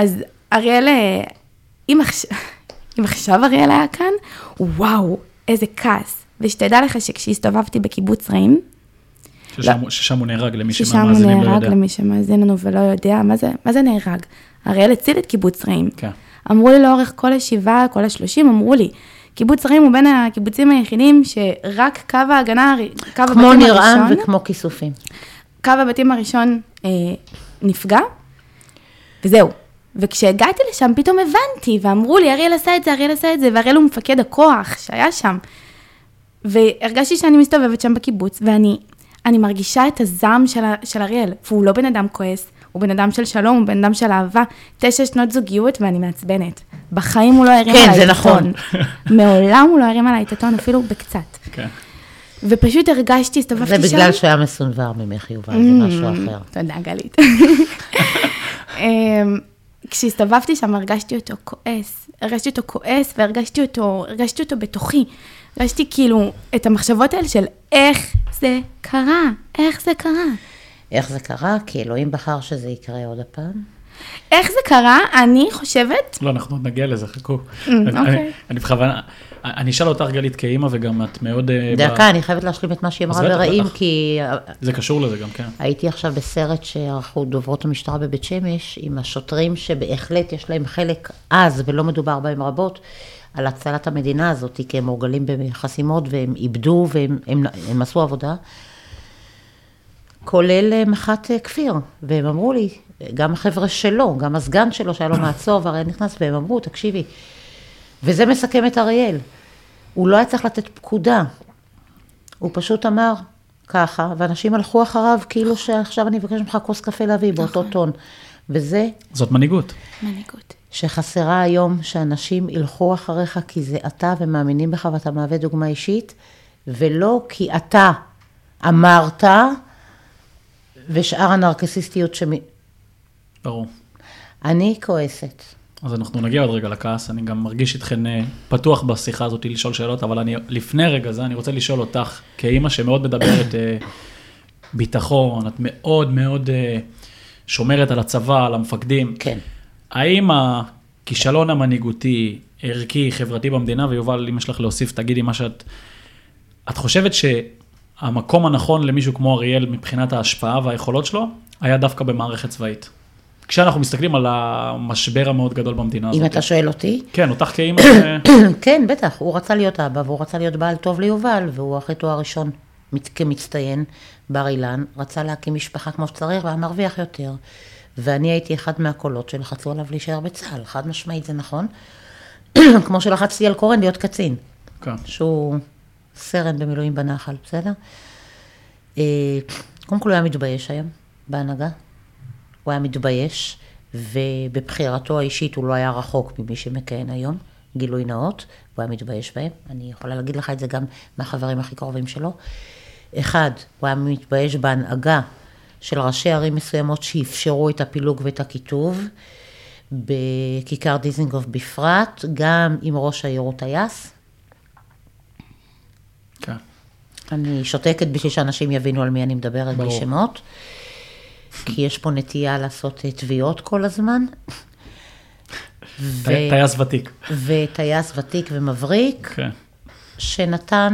[SPEAKER 1] אריאל, אם עכשיו, אם עכשיו אריאל היה כאן, וואו, איזה כעס. ושתדע לך שכשהסתובבתי בקיבוץ רעים,
[SPEAKER 2] ששם, ששם הוא נהרג למי
[SPEAKER 1] ששם
[SPEAKER 2] שמאזינים לא יודע.
[SPEAKER 1] ששם הוא נהרג למי שמאזין לנו ולא יודע, מה זה, מה זה נהרג? אריאל הציל את קיבוץ רעים.
[SPEAKER 2] כן.
[SPEAKER 1] אמרו לי לאורך כל השבעה, כל השלושים, אמרו לי, קיבוץ רעים הוא בין הקיבוצים היחידים שרק קו ההגנה, קו הבתים הראשון.
[SPEAKER 3] כמו נרען וכמו כיסופים.
[SPEAKER 1] קו הבתים הראשון אה, נפגע, וזהו. וכשהגעתי לשם פתאום הבנתי, ואמרו לי, אריאל עשה את זה, אריאל עשה את זה, ואריאל הוא מפקד הכוח שהיה שם. והרגשתי שאני מסתובבת שם בקיבוץ, ואני אני מרגישה את הזעם של, של אריאל, והוא לא בן אדם כועס, הוא בן אדם של שלום, הוא בן אדם של אהבה, תשע שנות זוגיות, ואני מעצבנת. בחיים הוא לא הרים
[SPEAKER 3] כן,
[SPEAKER 1] עליי
[SPEAKER 3] זה
[SPEAKER 1] את
[SPEAKER 3] נכון.
[SPEAKER 1] הטון. מעולם הוא לא הרים עליי את הטון, אפילו בקצת.
[SPEAKER 2] כן.
[SPEAKER 1] ופשוט הרגשתי, הסתובבתי שם.
[SPEAKER 3] זה בגלל שהיה מסונבר ממך, יובל, זה משהו אחר.
[SPEAKER 1] תודה, גלית. כשהסתובבתי שם, הרגשתי אותו כועס, הרגשתי אותו כועס, והרגשתי אותו, הרגשתי אותו בתוכי. הרגשתי כאילו את המחשבות האלה של איך זה קרה, איך זה קרה.
[SPEAKER 3] איך זה קרה? כי אלוהים בחר שזה יקרה עוד הפעם.
[SPEAKER 1] איך זה קרה? אני חושבת...
[SPEAKER 2] לא, אנחנו עוד נגיע לזה, חכו.
[SPEAKER 1] אוקיי.
[SPEAKER 2] אני בכוונה, אני אשאל אותך גלית כאימא, וגם את מאוד...
[SPEAKER 3] דקה, אני חייבת להשלים את מה שהיא אמרה ברעים, כי...
[SPEAKER 2] זה קשור לזה גם, כן.
[SPEAKER 3] הייתי עכשיו בסרט שערכו דוברות המשטרה בבית שמש, עם השוטרים שבהחלט יש להם חלק אז, ולא מדובר בהם רבות, על הצלת המדינה הזאת, כי הם מורגלים בחסימות, והם איבדו, והם הם, הם עשו עבודה, כולל מח"ט כפיר, והם אמרו לי, גם החבר'ה שלו, גם הסגן שלו, שהיה לו מעצור, והרי נכנס, והם אמרו, תקשיבי, וזה מסכם את אריאל, הוא לא היה צריך לתת פקודה, הוא פשוט אמר ככה, ואנשים הלכו אחריו, כאילו שעכשיו אני מבקש ממך כוס קפה להביא, באותו טון, וזה...
[SPEAKER 2] זאת מנהיגות.
[SPEAKER 1] מנהיגות.
[SPEAKER 3] שחסרה היום שאנשים ילכו אחריך כי זה אתה ומאמינים בך ואתה מהווה דוגמה אישית, ולא כי אתה אמרת ושאר הנרקסיסטיות שמי...
[SPEAKER 2] ברור.
[SPEAKER 3] אני כועסת.
[SPEAKER 2] אז אנחנו נגיע עוד רגע לכעס, אני גם מרגיש איתכן פתוח בשיחה הזאת לשאול שאלות, אבל אני, לפני רגע זה אני רוצה לשאול אותך, כאימא שמאוד מדברת ביטחון, את מאוד מאוד שומרת על הצבא, על המפקדים.
[SPEAKER 3] כן.
[SPEAKER 2] האם הכישלון המנהיגותי, ערכי, חברתי במדינה, ויובל, אם יש לך להוסיף, תגידי מה שאת... את חושבת שהמקום הנכון למישהו כמו אריאל, מבחינת ההשפעה והיכולות שלו, היה דווקא במערכת צבאית? כשאנחנו מסתכלים על המשבר המאוד גדול במדינה הזאת.
[SPEAKER 3] אם אתה שואל אותי?
[SPEAKER 2] כן, אותך כאימא...
[SPEAKER 3] כן, בטח. הוא רצה להיות אבא, והוא רצה להיות בעל טוב ליובל, והוא אחרי תואר ראשון כמצטיין, בר אילן, רצה להקים משפחה כמו שצריך, והיה מרוויח יותר. ואני הייתי אחד מהקולות שלחצו עליו להישאר בצה"ל. חד משמעית, זה נכון. כמו שלחצתי על קורן להיות קצין.
[SPEAKER 2] כן.
[SPEAKER 3] שהוא סרן במילואים בנחל, בסדר? קודם כל הוא היה מתבייש היום, בהנהגה. הוא היה מתבייש, ובבחירתו האישית הוא לא היה רחוק ממי שמכהן היום, גילוי נאות, הוא היה מתבייש בהם. אני יכולה להגיד לך את זה גם מהחברים הכי קרובים שלו. אחד, הוא היה מתבייש בהנהגה של ראשי ערים מסוימות שאפשרו את הפילוג ואת הכיתוב, בכיכר דיזינגוף בפרט, גם עם ראש העיר הוא טייס.
[SPEAKER 2] כן.
[SPEAKER 3] אני שותקת בשביל שאנשים יבינו על מי אני מדברת בשמות, כי יש פה נטייה לעשות תביעות כל הזמן.
[SPEAKER 2] טייס ותיק.
[SPEAKER 3] וטייס ותיק ומבריק,
[SPEAKER 2] כן.
[SPEAKER 3] שנתן...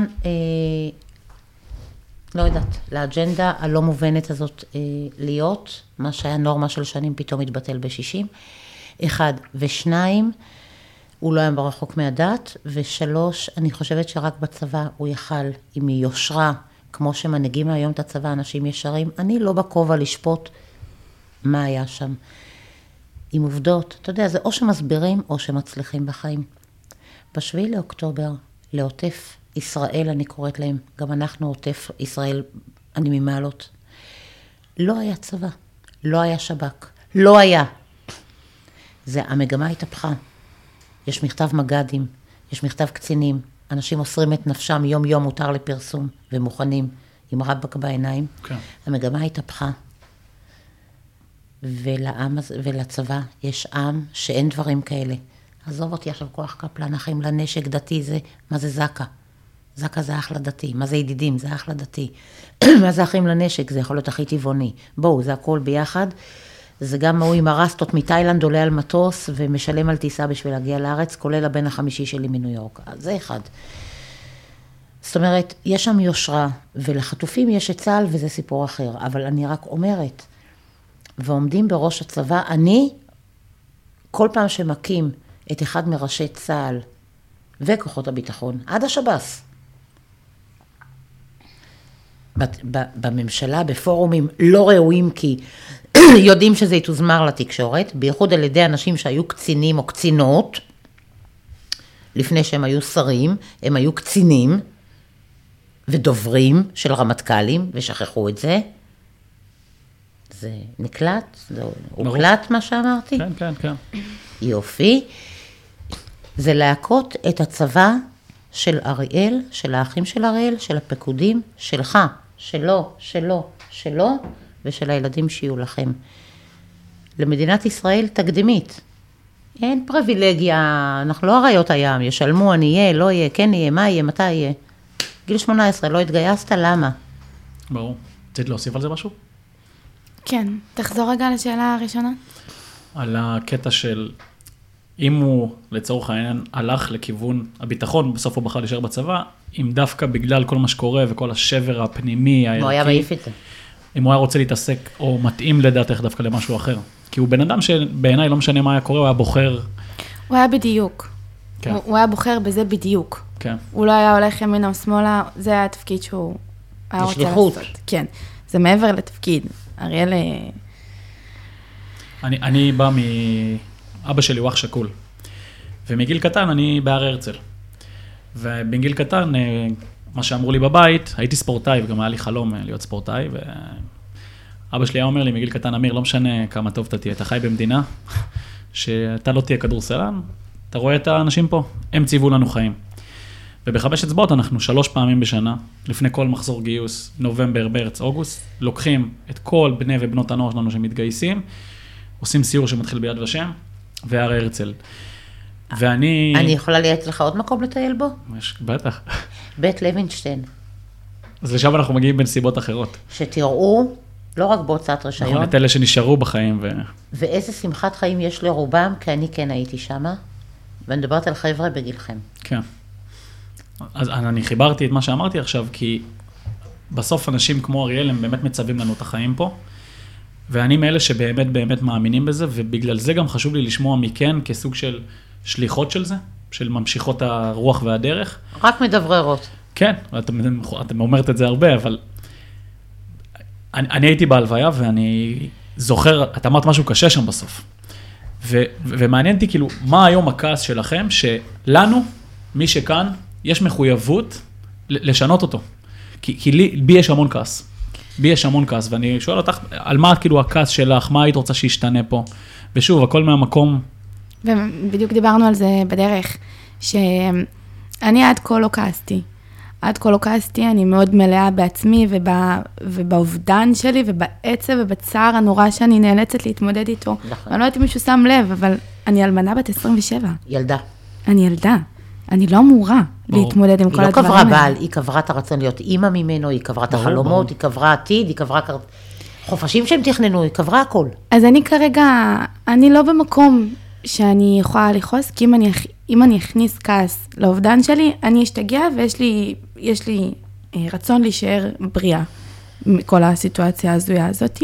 [SPEAKER 3] לא יודעת, לאג'נדה הלא מובנת הזאת אה, להיות, מה שהיה נורמה של שנים פתאום התבטל בשישים, אחד, ושניים, הוא לא היה ברחוק מהדת, ושלוש, אני חושבת שרק בצבא הוא יכל, עם יושרה, כמו שמנהיגים היום את הצבא, אנשים ישרים, אני לא בכובע לשפוט מה היה שם. עם עובדות, אתה יודע, זה או שמסבירים או שמצליחים בחיים. בשביעי לאוקטובר, לעוטף ישראל, אני קוראת להם, גם אנחנו עוטף ישראל, אני ממעלות. לא היה צבא, לא היה שב"כ, לא היה. זה, המגמה התהפכה. יש מכתב מג"דים, יש מכתב קצינים, אנשים מוסרים את נפשם יום יום מותר לפרסום, ומוכנים עם רבק בעיניים. Okay. המגמה התהפכה. ולעם, ולצבא יש עם שאין דברים כאלה. עזוב אותי עכשיו כוח קפלן, אחים לנשק דתי, זה, מה זה זקה? זקה זה אחלה דתי, מה זה ידידים? זה אחלה דתי. מה זה אחים לנשק? זה יכול להיות הכי טבעוני. בואו, זה הכל ביחד, זה גם הוא עם הרסטות מתאילנד עולה על מטוס ומשלם על טיסה בשביל להגיע לארץ, כולל הבן החמישי שלי מניו יורק. אז זה אחד. זאת אומרת, יש שם יושרה, ולחטופים יש את צה"ל וזה סיפור אחר, אבל אני רק אומרת, ועומדים בראש הצבא, אני, כל פעם שמקים את אחד מראשי צה"ל וכוחות הביטחון, עד השב"ס, בממשלה, בפורומים לא ראויים, כי יודעים שזה יתוזמר לתקשורת, בייחוד על ידי אנשים שהיו קצינים או קצינות, לפני שהם היו שרים, הם היו קצינים ודוברים של רמטכ"לים, ושכחו את זה. זה נקלט? זה הוקלט מה שאמרתי?
[SPEAKER 2] כן, כן, כן.
[SPEAKER 3] יופי. זה להכות את הצבא של אריאל, של האחים של אריאל, של הפקודים, שלך, שלו, שלו, שלו, ושל הילדים שיהיו לכם. למדינת ישראל תקדימית. אין פריבילגיה, אנחנו לא אריות הים, ישלמו, אני אהיה, לא יהיה, כן יהיה, מה יהיה, מתי יהיה. גיל שמונה עשרה, לא התגייסת, למה?
[SPEAKER 2] ברור. רצית להוסיף על זה משהו?
[SPEAKER 1] כן, תחזור רגע לשאלה הראשונה.
[SPEAKER 2] על הקטע של, אם הוא לצורך העניין הלך לכיוון הביטחון, בסוף הוא בחר להישאר בצבא, אם דווקא בגלל כל מה שקורה וכל השבר הפנימי, הערכי,
[SPEAKER 3] הוא היה מעיף את זה.
[SPEAKER 2] אם הוא היה רוצה להתעסק, או מתאים לדעתך דווקא למשהו אחר. כי הוא בן אדם שבעיניי לא משנה מה היה קורה, הוא היה בוחר.
[SPEAKER 1] הוא היה בדיוק.
[SPEAKER 2] כן.
[SPEAKER 1] הוא, הוא היה בוחר בזה בדיוק.
[SPEAKER 2] כן.
[SPEAKER 1] הוא לא היה הולך ימינה או שמאלה, זה היה התפקיד שהוא היה רוצה
[SPEAKER 3] לשליחות.
[SPEAKER 1] לעשות. כן, זה מעבר לתפקיד. אריאל...
[SPEAKER 2] אני, אני בא מ... אבא שלי הוא אח שקול. ומגיל קטן אני בהר הרצל. ובגיל קטן, מה שאמרו לי בבית, הייתי ספורטאי, וגם היה לי חלום להיות ספורטאי, ואבא שלי היה אומר לי, מגיל קטן, אמיר, לא משנה כמה טוב אתה תהיה, אתה חי במדינה, שאתה לא תהיה כדורסלן, אתה רואה את האנשים פה, הם ציוו לנו חיים. ובחמש אצבעות אנחנו שלוש פעמים בשנה, לפני כל מחזור גיוס, נובמבר, מרץ, אוגוסט, לוקחים את כל בני ובנות הנוער שלנו שמתגייסים, עושים סיור שמתחיל ביד ושם, והר הרצל. ואני...
[SPEAKER 3] אני יכולה לייעץ לך עוד מקום לטייל בו?
[SPEAKER 2] יש, בטח.
[SPEAKER 3] בית לוינשטיין.
[SPEAKER 2] אז לשם אנחנו מגיעים בנסיבות אחרות.
[SPEAKER 3] שתראו, לא רק בהוצאת רישיון.
[SPEAKER 2] נכון, את אלה שנשארו בחיים ו...
[SPEAKER 3] ואיזה שמחת חיים יש לרובם, כי אני כן הייתי שמה, ואני מדברת על חבר'ה בגילכם.
[SPEAKER 2] כן. אז אני חיברתי את מה שאמרתי עכשיו, כי בסוף אנשים כמו אריאל, הם באמת מצווים לנו את החיים פה, ואני מאלה שבאמת באמת מאמינים בזה, ובגלל זה גם חשוב לי לשמוע מכן כסוג של שליחות של זה, של ממשיכות הרוח והדרך.
[SPEAKER 3] רק מדבררות.
[SPEAKER 2] כן, אתם, אתם אומרת את זה הרבה, אבל אני, אני הייתי בהלוויה, ואני זוכר, את אמרת משהו קשה שם בסוף. ו, ומעניין אותי כאילו, מה היום הכעס שלכם, שלנו, מי שכאן, יש מחויבות לשנות אותו. כי, כי לי, בי יש המון כעס. בי יש המון כעס, ואני שואל אותך, על מה כאילו הכעס שלך, מה היית רוצה שישתנה פה? ושוב, הכל מהמקום.
[SPEAKER 1] ובדיוק דיברנו על זה בדרך, שאני עד כה לא כעסתי. עד כה לא כעסתי, אני מאוד מלאה בעצמי, ובא, ובאובדן שלי, ובעצב ובצער הנורא שאני נאלצת להתמודד איתו.
[SPEAKER 3] נכון.
[SPEAKER 1] אני לא יודעת אם מישהו שם לב, אבל אני אלמנה בת עשרים ושבע.
[SPEAKER 3] ילדה.
[SPEAKER 1] אני ילדה. אני לא אמורה להתמודד עם כל הדברים האלה.
[SPEAKER 3] היא לא קברה בעל, היא קברה את הרצון להיות אימא ממנו, היא קברה את החלומות, היא קברה עתיד, היא קברה חופשים שהם תכננו, היא קברה הכל.
[SPEAKER 1] אז אני כרגע, אני לא במקום שאני יכולה לכעוס, כי אם אני, אם אני אכניס כעס לאובדן שלי, אני אשתגע ויש לי, יש לי רצון להישאר בריאה מכל הסיטואציה הזויה הזאת.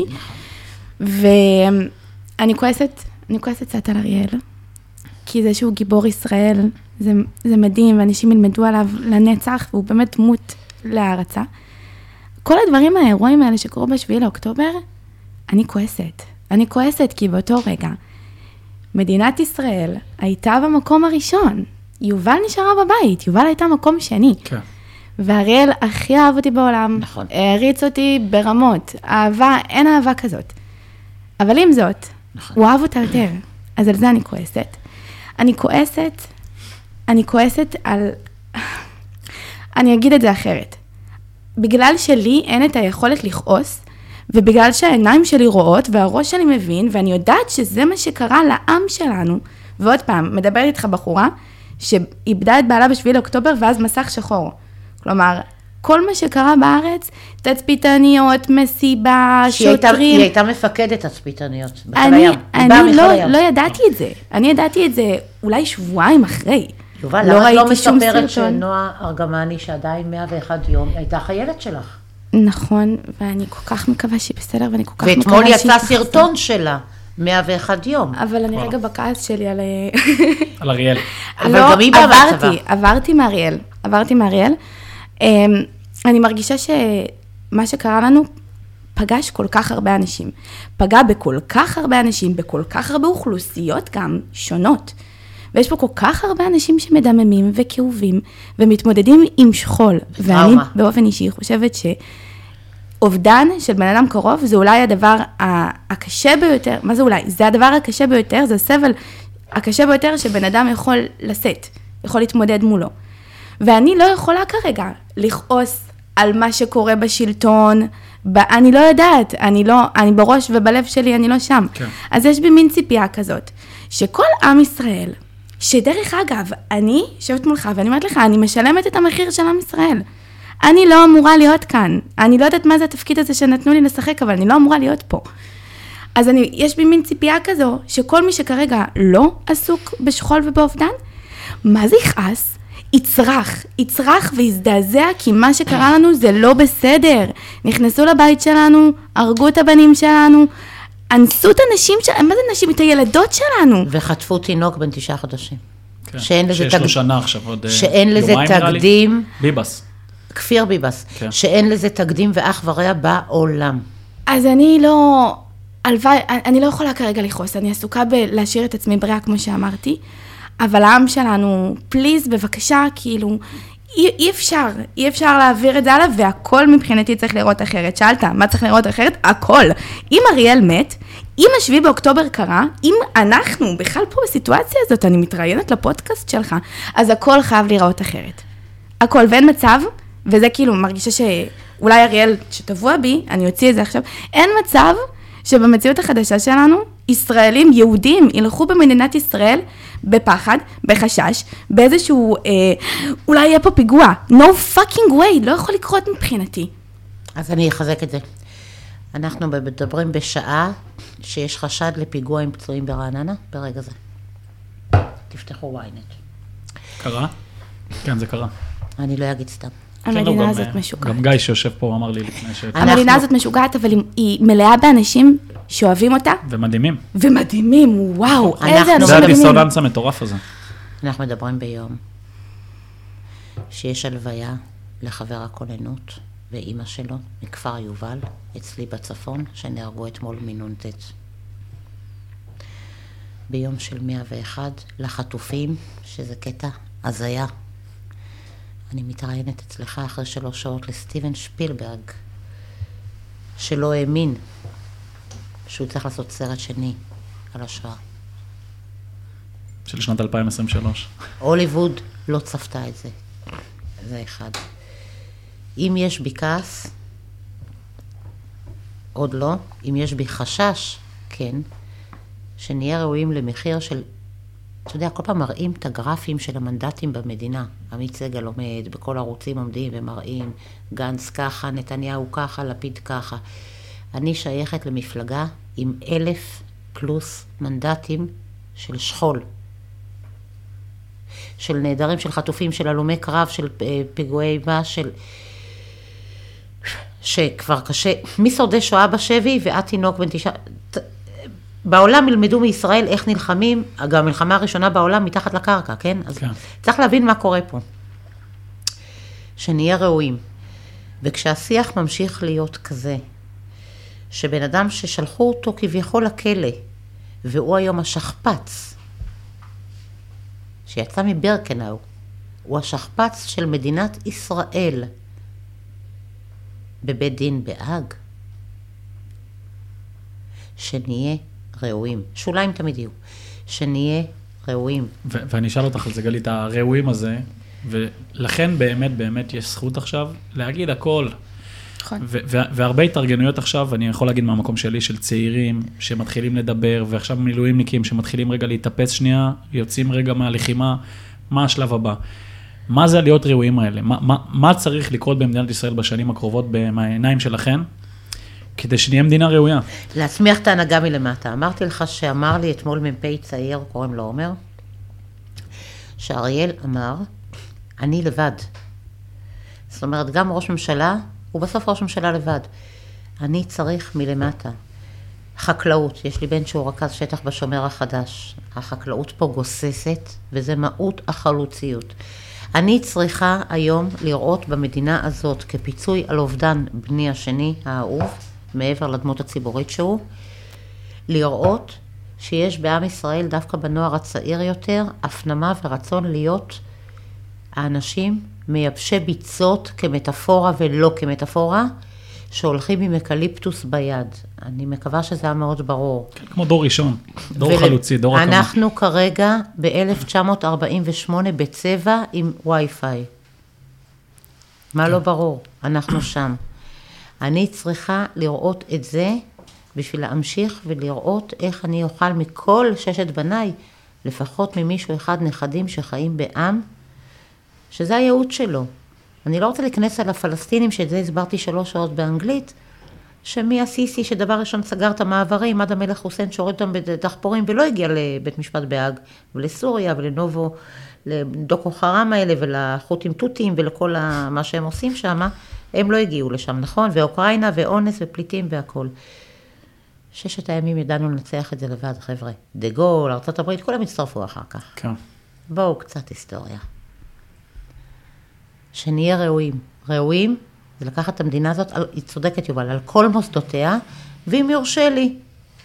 [SPEAKER 1] ואני כועסת, אני כועסת קצת על אריאל, כי זה שהוא גיבור ישראל, זה, זה מדהים, ואנשים ילמדו עליו לנצח, והוא באמת דמות להערצה. כל הדברים, האירועים האלה שקורו בשביעי לאוקטובר, אני כועסת. אני כועסת כי באותו רגע, מדינת ישראל הייתה במקום הראשון. יובל נשארה בבית, יובל הייתה מקום שני.
[SPEAKER 2] כן.
[SPEAKER 1] ואריאל הכי אהב אותי בעולם.
[SPEAKER 3] נכון.
[SPEAKER 1] העריץ אותי ברמות. אהבה, אין אהבה כזאת. אבל עם זאת, נכון. הוא אהב אותה יותר. אז על זה אני כועסת. אני כועסת, אני כועסת על... אני אגיד את זה אחרת. בגלל שלי אין את היכולת לכעוס, ובגלל שהעיניים שלי רואות, והראש שלי מבין, ואני יודעת שזה מה שקרה לעם שלנו, ועוד פעם, מדברת איתך בחורה, שאיבדה את בעלה בשביל אוקטובר, ואז מסך שחור. כלומר, כל מה שקרה בארץ, תצפיתניות, מסיבה,
[SPEAKER 3] שהיא הייתה,
[SPEAKER 1] שוטרים.
[SPEAKER 3] היא הייתה מפקדת תצפיתניות, בחיל
[SPEAKER 1] אני,
[SPEAKER 3] הים. היא באה
[SPEAKER 1] אני
[SPEAKER 3] מחיל
[SPEAKER 1] לא,
[SPEAKER 3] הים.
[SPEAKER 1] לא ידעתי את זה. אני ידעתי את זה אולי שבועיים אחרי.
[SPEAKER 3] יובל,
[SPEAKER 1] לא
[SPEAKER 3] למה את לא
[SPEAKER 1] ראיתי שום
[SPEAKER 3] מספרת
[SPEAKER 1] סרטון.
[SPEAKER 3] שנועה ארגמני, שעדיין מאה ואחד יום, הייתה חיילת שלך?
[SPEAKER 1] נכון, ואני כל כך מקווה שהיא בסדר, ואני כל כך מקווה שהיא...
[SPEAKER 3] ואתמול יצא
[SPEAKER 1] תחזור.
[SPEAKER 3] סרטון שלה, מאה ואחד יום.
[SPEAKER 1] אבל אני
[SPEAKER 2] וואלה.
[SPEAKER 1] רגע בכעס שלי על...
[SPEAKER 2] על אריאל.
[SPEAKER 3] אבל
[SPEAKER 1] לא,
[SPEAKER 3] גם היא באה מהצבא.
[SPEAKER 1] עברתי, עברתי מאריאל, עברתי מאריאל. אמ, אני מרגישה שמה שקרה לנו פגש כל כך הרבה אנשים. פגע בכל כך הרבה אנשים, בכל כך הרבה אוכלוסיות גם שונות. ויש פה כל כך הרבה אנשים שמדממים וכאובים, ומתמודדים עם שכול. ואני
[SPEAKER 3] וטראומה.
[SPEAKER 1] באופן אישי חושבת שאובדן של בן אדם קרוב, זה אולי הדבר ה- הקשה ביותר, מה זה אולי? זה הדבר הקשה ביותר, זה הסבל הקשה ביותר שבן אדם יכול לשאת, יכול להתמודד מולו. ואני לא יכולה כרגע לכעוס על מה שקורה בשלטון, ב- אני לא יודעת, אני לא, אני בראש ובלב שלי, אני לא שם.
[SPEAKER 2] כן.
[SPEAKER 1] אז יש בי מין ציפייה כזאת, שכל עם ישראל, שדרך אגב, אני יושבת מולך ואני אומרת לך, אני משלמת את המחיר של עם ישראל. אני לא אמורה להיות כאן. אני לא יודעת מה זה התפקיד הזה שנתנו לי לשחק, אבל אני לא אמורה להיות פה. אז אני, יש בי מין ציפייה כזו, שכל מי שכרגע לא עסוק בשכול ובאובדן, מה זה יכעס? יצרח, יצרח ויזדעזע, כי מה שקרה לנו זה לא בסדר. נכנסו לבית שלנו, הרגו את הבנים שלנו, אנסו את הנשים שלנו, מה זה נשים? את הילדות שלנו.
[SPEAKER 3] וחטפו תינוק בן תשעה חודשים.
[SPEAKER 2] כן.
[SPEAKER 3] שאין לזה
[SPEAKER 2] שיש לו
[SPEAKER 3] תק-
[SPEAKER 2] שנה עכשיו, עוד
[SPEAKER 3] שאין לזה
[SPEAKER 2] יומיים נראה לי.
[SPEAKER 3] תקדים.
[SPEAKER 2] ביבס.
[SPEAKER 3] כפיר ביבס.
[SPEAKER 2] כן.
[SPEAKER 3] שאין לזה תקדים ואח ורע בעולם.
[SPEAKER 1] אז אני לא, הלוואי, אני לא יכולה כרגע לכעוס, אני עסוקה בלהשאיר את עצמי בריאה, כמו שאמרתי, אבל העם שלנו, פליז, בבקשה, כאילו, אי, אי אפשר, אי אפשר להעביר את זה הלאה, והכל מבחינתי צריך לראות אחרת. שאלת, מה צריך לראות אחרת? הכל. אם אריאל מת, אם השביעי באוקטובר קרה, אם אנחנו בכלל פה בסיטואציה הזאת, אני מתראיינת לפודקאסט שלך, אז הכל חייב לראות אחרת. הכל, ואין מצב, וזה כאילו מרגישה שאולי אריאל שטבוע בי, אני אוציא את זה עכשיו, אין מצב שבמציאות החדשה שלנו, ישראלים, יהודים, ילכו במדינת ישראל בפחד, בחשש, באיזשהו, אה, אולי יהיה פה פיגוע. No fucking way, לא יכול לקרות מבחינתי.
[SPEAKER 3] אז אני אחזק את זה. אנחנו מדברים בשעה שיש חשד לפיגוע עם פצועים ברעננה, ברגע זה. תפתחו וויינט.
[SPEAKER 2] קרה? כן, זה קרה.
[SPEAKER 3] אני לא אגיד סתם.
[SPEAKER 2] כן, לא,
[SPEAKER 1] המדינה
[SPEAKER 2] גם,
[SPEAKER 1] הזאת
[SPEAKER 2] אה,
[SPEAKER 1] משוגעת.
[SPEAKER 2] גם גיא שיושב פה אמר לי לפני ש...
[SPEAKER 3] אנחנו-
[SPEAKER 1] המדינה הזאת משוגעת, אבל היא- היא מלאה באנשים שאוהבים אותה,
[SPEAKER 2] ומדהימים.
[SPEAKER 1] ומדהימים, וואו,
[SPEAKER 3] אנחנו-
[SPEAKER 1] איזה אנשים
[SPEAKER 2] זה
[SPEAKER 1] מדהימים.
[SPEAKER 2] הדיסוננס המטורף הזה.
[SPEAKER 3] אנחנו מדברים ביום שיש הלוויה לחבר הכוננות ואימא שלו מכפר יובל, אצלי בצפון, שנהרגו אתמול מנ"ט. ביום של מאה ואחד לחטופים, שזה קטע הזיה. אני מתראיינת אצלך אחרי שלוש שעות לסטיבן שפילברג, שלא האמין שהוא צריך לעשות סרט שני על השואה.
[SPEAKER 2] של שנת אלפיים עשרים ושלוש.
[SPEAKER 3] הוליווד לא צפתה את זה. זה אחד. אם יש בי כעס, עוד לא. אם יש בי חשש, כן, שנהיה ראויים למחיר של, אתה יודע, כל פעם מראים את הגרפים של המנדטים במדינה. עמית סגל עומד, בכל ערוצים עומדים ומראים, גנץ ככה, נתניהו ככה, לפיד ככה. אני שייכת למפלגה עם אלף פלוס מנדטים של שכול. של נעדרים, של חטופים, של הלומי קרב, של פיגועי איבה, של... שכבר קשה, מי שורדי שואה בשבי ואת תינוק בן תשעה... בעולם ילמדו מישראל איך נלחמים, גם המלחמה הראשונה בעולם מתחת לקרקע, כן? אז
[SPEAKER 2] כן.
[SPEAKER 3] צריך להבין מה קורה פה. שנהיה ראויים. וכשהשיח ממשיך להיות כזה, שבן אדם ששלחו אותו כביכול לכלא, והוא היום השכפ"ץ, שיצא מברקנאו, הוא השכפ"ץ של מדינת ישראל, בבית דין בהאג, שנהיה ראויים. שוליים תמיד יהיו. שנהיה ראויים.
[SPEAKER 2] ו- ואני אשאל אותך על זה, גלית, הראויים הזה, ולכן באמת באמת יש זכות עכשיו להגיד הכל.
[SPEAKER 1] נכון.
[SPEAKER 2] ו- ו- והרבה התארגנויות עכשיו, אני יכול להגיד מהמקום שלי, של צעירים שמתחילים לדבר, ועכשיו מילואימניקים שמתחילים רגע להתאפס שנייה, יוצאים רגע מהלחימה, מה השלב הבא? מה זה להיות ראויים האלה? מה, מה, מה צריך לקרות במדינת ישראל בשנים הקרובות מהעיניים שלכם, כדי שנהיה מדינה ראויה?
[SPEAKER 3] להצמיח את ההנהגה מלמטה. אמרתי לך שאמר לי אתמול מ"פ צעיר, קוראים לו עומר, שאריאל אמר, אני לבד. זאת אומרת, גם ראש ממשלה, הוא בסוף ראש ממשלה לבד. אני צריך מלמטה. חקלאות, יש לי בן שהוא רכז שטח בשומר החדש. החקלאות פה גוססת, וזה מהות החלוציות. אני צריכה היום לראות במדינה הזאת כפיצוי על אובדן בני השני, האהוב, מעבר לדמות הציבורית שהוא, לראות שיש בעם ישראל, דווקא בנוער הצעיר יותר, הפנמה ורצון להיות האנשים מייבשי ביצות כמטאפורה ולא כמטאפורה, שהולכים עם אקליפטוס ביד. אני מקווה שזה היה מאוד ברור.
[SPEAKER 2] כן, כמו דור ראשון, דור ול... חלוצי, דור הקמה.
[SPEAKER 3] אנחנו כרגע ב-אלף תשע מאות ארבעים ושמונה בצבע עם וי-פיי. מה לא ברור? אנחנו שם. אני צריכה לראות את זה בשביל להמשיך ולראות איך אני אוכל מכל ששת בניי, לפחות ממישהו אחד נכדים שחיים בעם, שזה הייעוד שלו. אני לא רוצה להיכנס על הפלסטינים, שאת זה הסברתי שלוש שעות באנגלית, שמי הסיסי שדבר ראשון סגר את המעברים, עד המלך חוסיין שהוריד אותם בדחפורים, ולא הגיע לבית משפט בהאג, ולסוריה ולנובו, לדוקו חרם האלה, ולחותים טוטים, ולכל מה שהם עושים שם, הם לא הגיעו לשם, נכון? ואוקראינה, ואונס, ופליטים, והכל. ששת הימים ידענו לנצח את זה לבד, חבר'ה. דה גול, ארצות הברית, כולם הצטרפו אחר כך.
[SPEAKER 2] כן.
[SPEAKER 3] בואו, קצת היסטוריה. שנהיה ראויים. ראויים זה לקחת את המדינה הזאת, היא צודקת יובל, על כל מוסדותיה, ואם יורשה לי,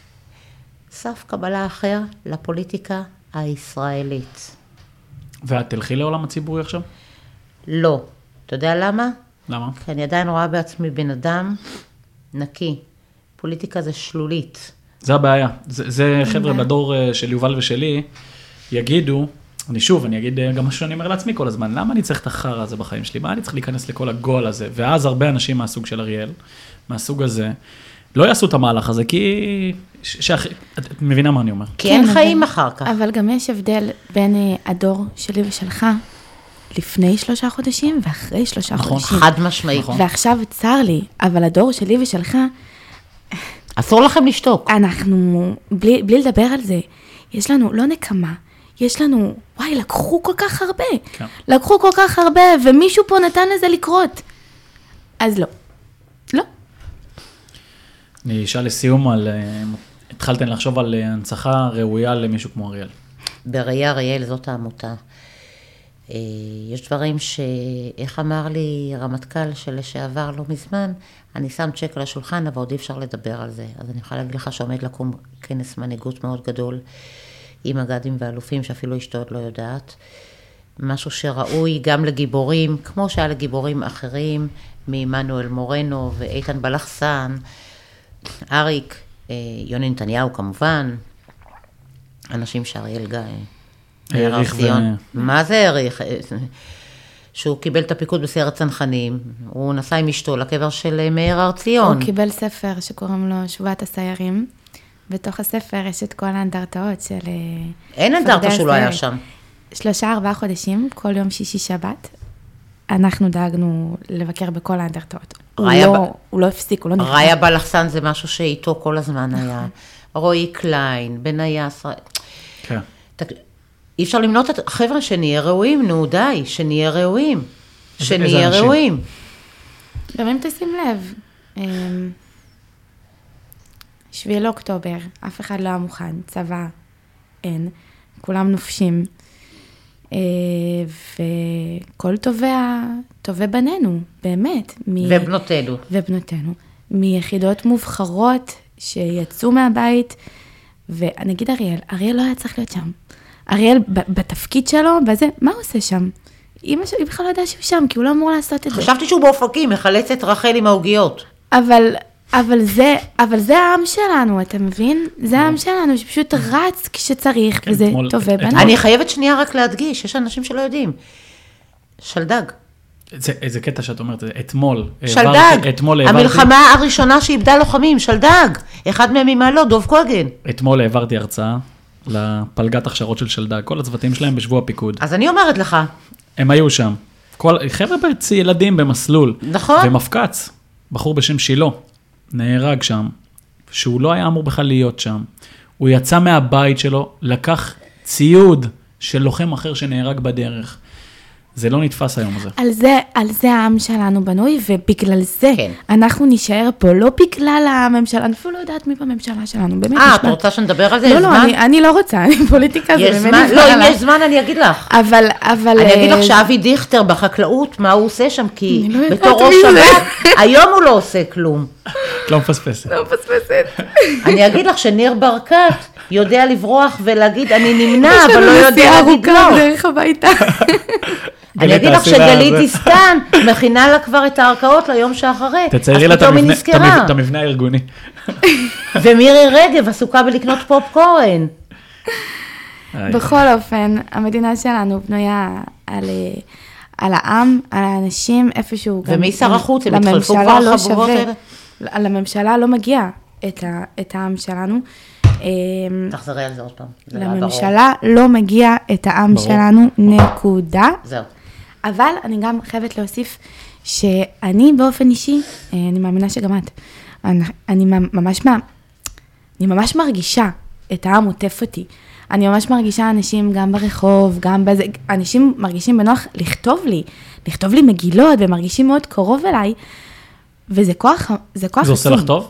[SPEAKER 3] סף קבלה אחר לפוליטיקה הישראלית.
[SPEAKER 2] ואת תלכי לעולם הציבורי עכשיו?
[SPEAKER 3] לא. אתה יודע למה?
[SPEAKER 2] למה?
[SPEAKER 3] כי אני עדיין רואה בעצמי בן אדם נקי. פוליטיקה זה שלולית.
[SPEAKER 2] זה הבעיה. זה, זה חבר'ה בדור של יובל ושלי, יגידו, אני שוב, אני אגיד גם מה שאני אומר לעצמי כל הזמן, למה אני צריך את החרא הזה בחיים שלי? מה אני צריך להיכנס לכל הגול הזה? ואז הרבה אנשים מהסוג של אריאל, מהסוג הזה, לא יעשו את המהלך הזה, כי... שאח... את מבינה מה אני אומר?
[SPEAKER 3] כי אין חיים אחר כך.
[SPEAKER 1] אבל גם יש הבדל בין הדור שלי ושלך, לפני שלושה חודשים ואחרי שלושה
[SPEAKER 2] נכון,
[SPEAKER 1] חודשים.
[SPEAKER 3] חד משמעית.
[SPEAKER 2] נכון.
[SPEAKER 1] ועכשיו צר לי, אבל הדור שלי ושלך,
[SPEAKER 3] אסור לכם לשתוק.
[SPEAKER 1] אנחנו, בלי, בלי לדבר על זה, יש לנו לא נקמה, יש לנו, וואי, לקחו כל כך הרבה.
[SPEAKER 2] כן.
[SPEAKER 1] לקחו כל כך הרבה, ומישהו פה נתן לזה לקרות. אז לא. לא.
[SPEAKER 2] אני אשאל לסיום על, התחלתם לחשוב על הנצחה ראויה למישהו כמו אריאל.
[SPEAKER 3] בראייה אריאל זאת העמותה. יש דברים שאיך אמר לי רמטכ"ל שלשעבר לא מזמן, אני שם צ'ק על השולחן, אבל עוד אי אפשר לדבר על זה. אז אני יכולה להגיד לך שעומד לקום כנס מנהיגות מאוד גדול, עם מג"דים ואלופים, שאפילו אשתו עוד לא יודעת. משהו שראוי גם לגיבורים, כמו שהיה לגיבורים אחרים, מעמנואל מורנו ואיתן בלחסן, אריק, יוני נתניהו כמובן, אנשים שאריאל גיא.
[SPEAKER 2] העריך ו...
[SPEAKER 3] מה זה העריך? שהוא קיבל את הפיקוד בסיירת צנחנים, הוא נסע עם אשתו לקבר של מאיר הר ציון.
[SPEAKER 1] הוא קיבל ספר שקוראים לו שבועת הסיירים, בתוך הספר יש את כל האנדרטאות של...
[SPEAKER 3] אין אנדרטה שהוא לא היה שם.
[SPEAKER 1] שלושה, ארבעה חודשים, כל יום שישי שבת, אנחנו דאגנו לבקר בכל האנדרטאות. הוא לא, ב... הוא לא הפסיק, הוא לא נכנס.
[SPEAKER 3] ראיה בלחסן זה משהו שאיתו כל הזמן היה. רועי קליין, בניה ישראל.
[SPEAKER 2] כן.
[SPEAKER 3] אי אפשר למנות את חבר'ה שנהיה ראויים, נו די, שנהיה ראויים. שנהיה ראויים.
[SPEAKER 1] גם אם תשים לב, שביעי לאוקטובר, אף אחד לא היה מוכן, צבא, אין, כולם נופשים, וכל טובה, טובה בנינו, באמת.
[SPEAKER 3] ובנותינו.
[SPEAKER 1] ובנותינו. מיחידות מובחרות שיצאו מהבית, ונגיד אריאל, אריאל לא היה צריך להיות שם. אריאל בתפקיד שלו, בזה, מה הוא עושה שם? אמא שלי בכלל לא יודע שהוא שם, כי הוא לא אמור לעשות את זה.
[SPEAKER 3] חשבתי שהוא באופקים, מחלץ את רחל עם ההוגיות.
[SPEAKER 1] אבל, אבל זה, אבל זה העם שלנו, אתה מבין? זה העם שלנו, שפשוט רץ כשצריך, וזה טובה בנו.
[SPEAKER 3] אני חייבת שנייה רק להדגיש, יש אנשים שלא יודעים. שלדג.
[SPEAKER 2] איזה קטע שאת אומרת, אתמול.
[SPEAKER 3] שלדג. המלחמה הראשונה שאיבדה לוחמים, שלדג. אחד מהם ממעלו, דוב קוגן.
[SPEAKER 2] אתמול העברתי הרצאה לפלגת הכשרות של שלדג. כל הצוותים שלהם בשבוע פיקוד.
[SPEAKER 3] אז אני אומרת לך,
[SPEAKER 2] הם היו שם. כל, חבר'ה בעצי ילדים במסלול.
[SPEAKER 3] נכון.
[SPEAKER 2] ומפקץ, בחור בשם שילו, נהרג שם, שהוא לא היה אמור בכלל להיות שם. הוא יצא מהבית שלו, לקח ציוד של לוחם אחר שנהרג בדרך. זה לא נתפס היום הזה.
[SPEAKER 1] על זה, על זה העם שלנו בנוי, ובגלל זה
[SPEAKER 3] כן.
[SPEAKER 1] אנחנו נשאר פה, לא בגלל הממשלה, אני אפילו לא יודעת מי בממשלה שלנו, באמת.
[SPEAKER 3] אה,
[SPEAKER 1] נשמע.
[SPEAKER 3] את רוצה שנדבר על זה?
[SPEAKER 1] לא,
[SPEAKER 3] יש
[SPEAKER 1] לא,
[SPEAKER 3] זמן?
[SPEAKER 1] אני, אני לא רוצה, אני פוליטיקה, זה
[SPEAKER 3] יש
[SPEAKER 1] באמת
[SPEAKER 3] זמן?
[SPEAKER 1] נבחר
[SPEAKER 3] לא, אם
[SPEAKER 1] עליי.
[SPEAKER 3] יש זמן אני אגיד לך.
[SPEAKER 1] אבל, אבל...
[SPEAKER 3] אני אגיד
[SPEAKER 1] אה,
[SPEAKER 3] לך שאבי דיכטר בחקלאות, מה הוא עושה שם, כי
[SPEAKER 1] אני לא יודעת
[SPEAKER 3] בתור ראש
[SPEAKER 1] מי זה.
[SPEAKER 3] שב"כ, היום הוא לא עושה כלום.
[SPEAKER 2] לא מפספסת.
[SPEAKER 1] לא מפספסת.
[SPEAKER 3] אני אגיד לך שניר ברקת יודע לברוח ולהגיד, אני נמנע, אבל לא
[SPEAKER 1] יש לנו
[SPEAKER 3] יודע
[SPEAKER 1] נסיעה
[SPEAKER 3] להגיד
[SPEAKER 1] ארוכה
[SPEAKER 3] לא.
[SPEAKER 1] בדרך הביתה.
[SPEAKER 3] אני אגיד לך
[SPEAKER 2] תעשי לה
[SPEAKER 3] שגלית
[SPEAKER 2] זה.
[SPEAKER 3] דיסטן מכינה לה כבר את הערכאות ליום שאחרי.
[SPEAKER 2] תציירי לה
[SPEAKER 3] אז
[SPEAKER 2] את
[SPEAKER 3] פתאום היא
[SPEAKER 2] המבנה- את
[SPEAKER 3] נזכרה.
[SPEAKER 2] המבנה- את המבנה הארגוני.
[SPEAKER 3] ומירי רגב עסוקה בלקנות פופקורן.
[SPEAKER 1] בכל אופן, המדינה שלנו בנויה על, אה, על העם, על האנשים, איפשהו גם...
[SPEAKER 3] ומי שר החוץ? הם התחלפו
[SPEAKER 1] לממשלה
[SPEAKER 3] כבר
[SPEAKER 1] לא
[SPEAKER 3] החבורות
[SPEAKER 1] שווה.
[SPEAKER 3] האלה?
[SPEAKER 1] לממשלה לא מגיע את, ה, את העם שלנו. אה,
[SPEAKER 3] תחזרי על זה עוד פעם. זה לא היה ברור.
[SPEAKER 1] לממשלה לא מגיע את העם
[SPEAKER 2] ברור.
[SPEAKER 1] שלנו, נקודה.
[SPEAKER 3] זהו.
[SPEAKER 1] אבל אני גם חייבת להוסיף שאני באופן אישי, אה, אני מאמינה שגם את, אני, אני ממש, מה- אני ממש מרגישה את העם עוטף אותי. אני ממש מרגישה אנשים גם ברחוב, גם בזה, אנשים מרגישים בנוח לכתוב לי, לכתוב לי מגילות, והם מרגישים מאוד קרוב אליי, וזה כוח, זה כוח
[SPEAKER 2] זה עושה לך טוב?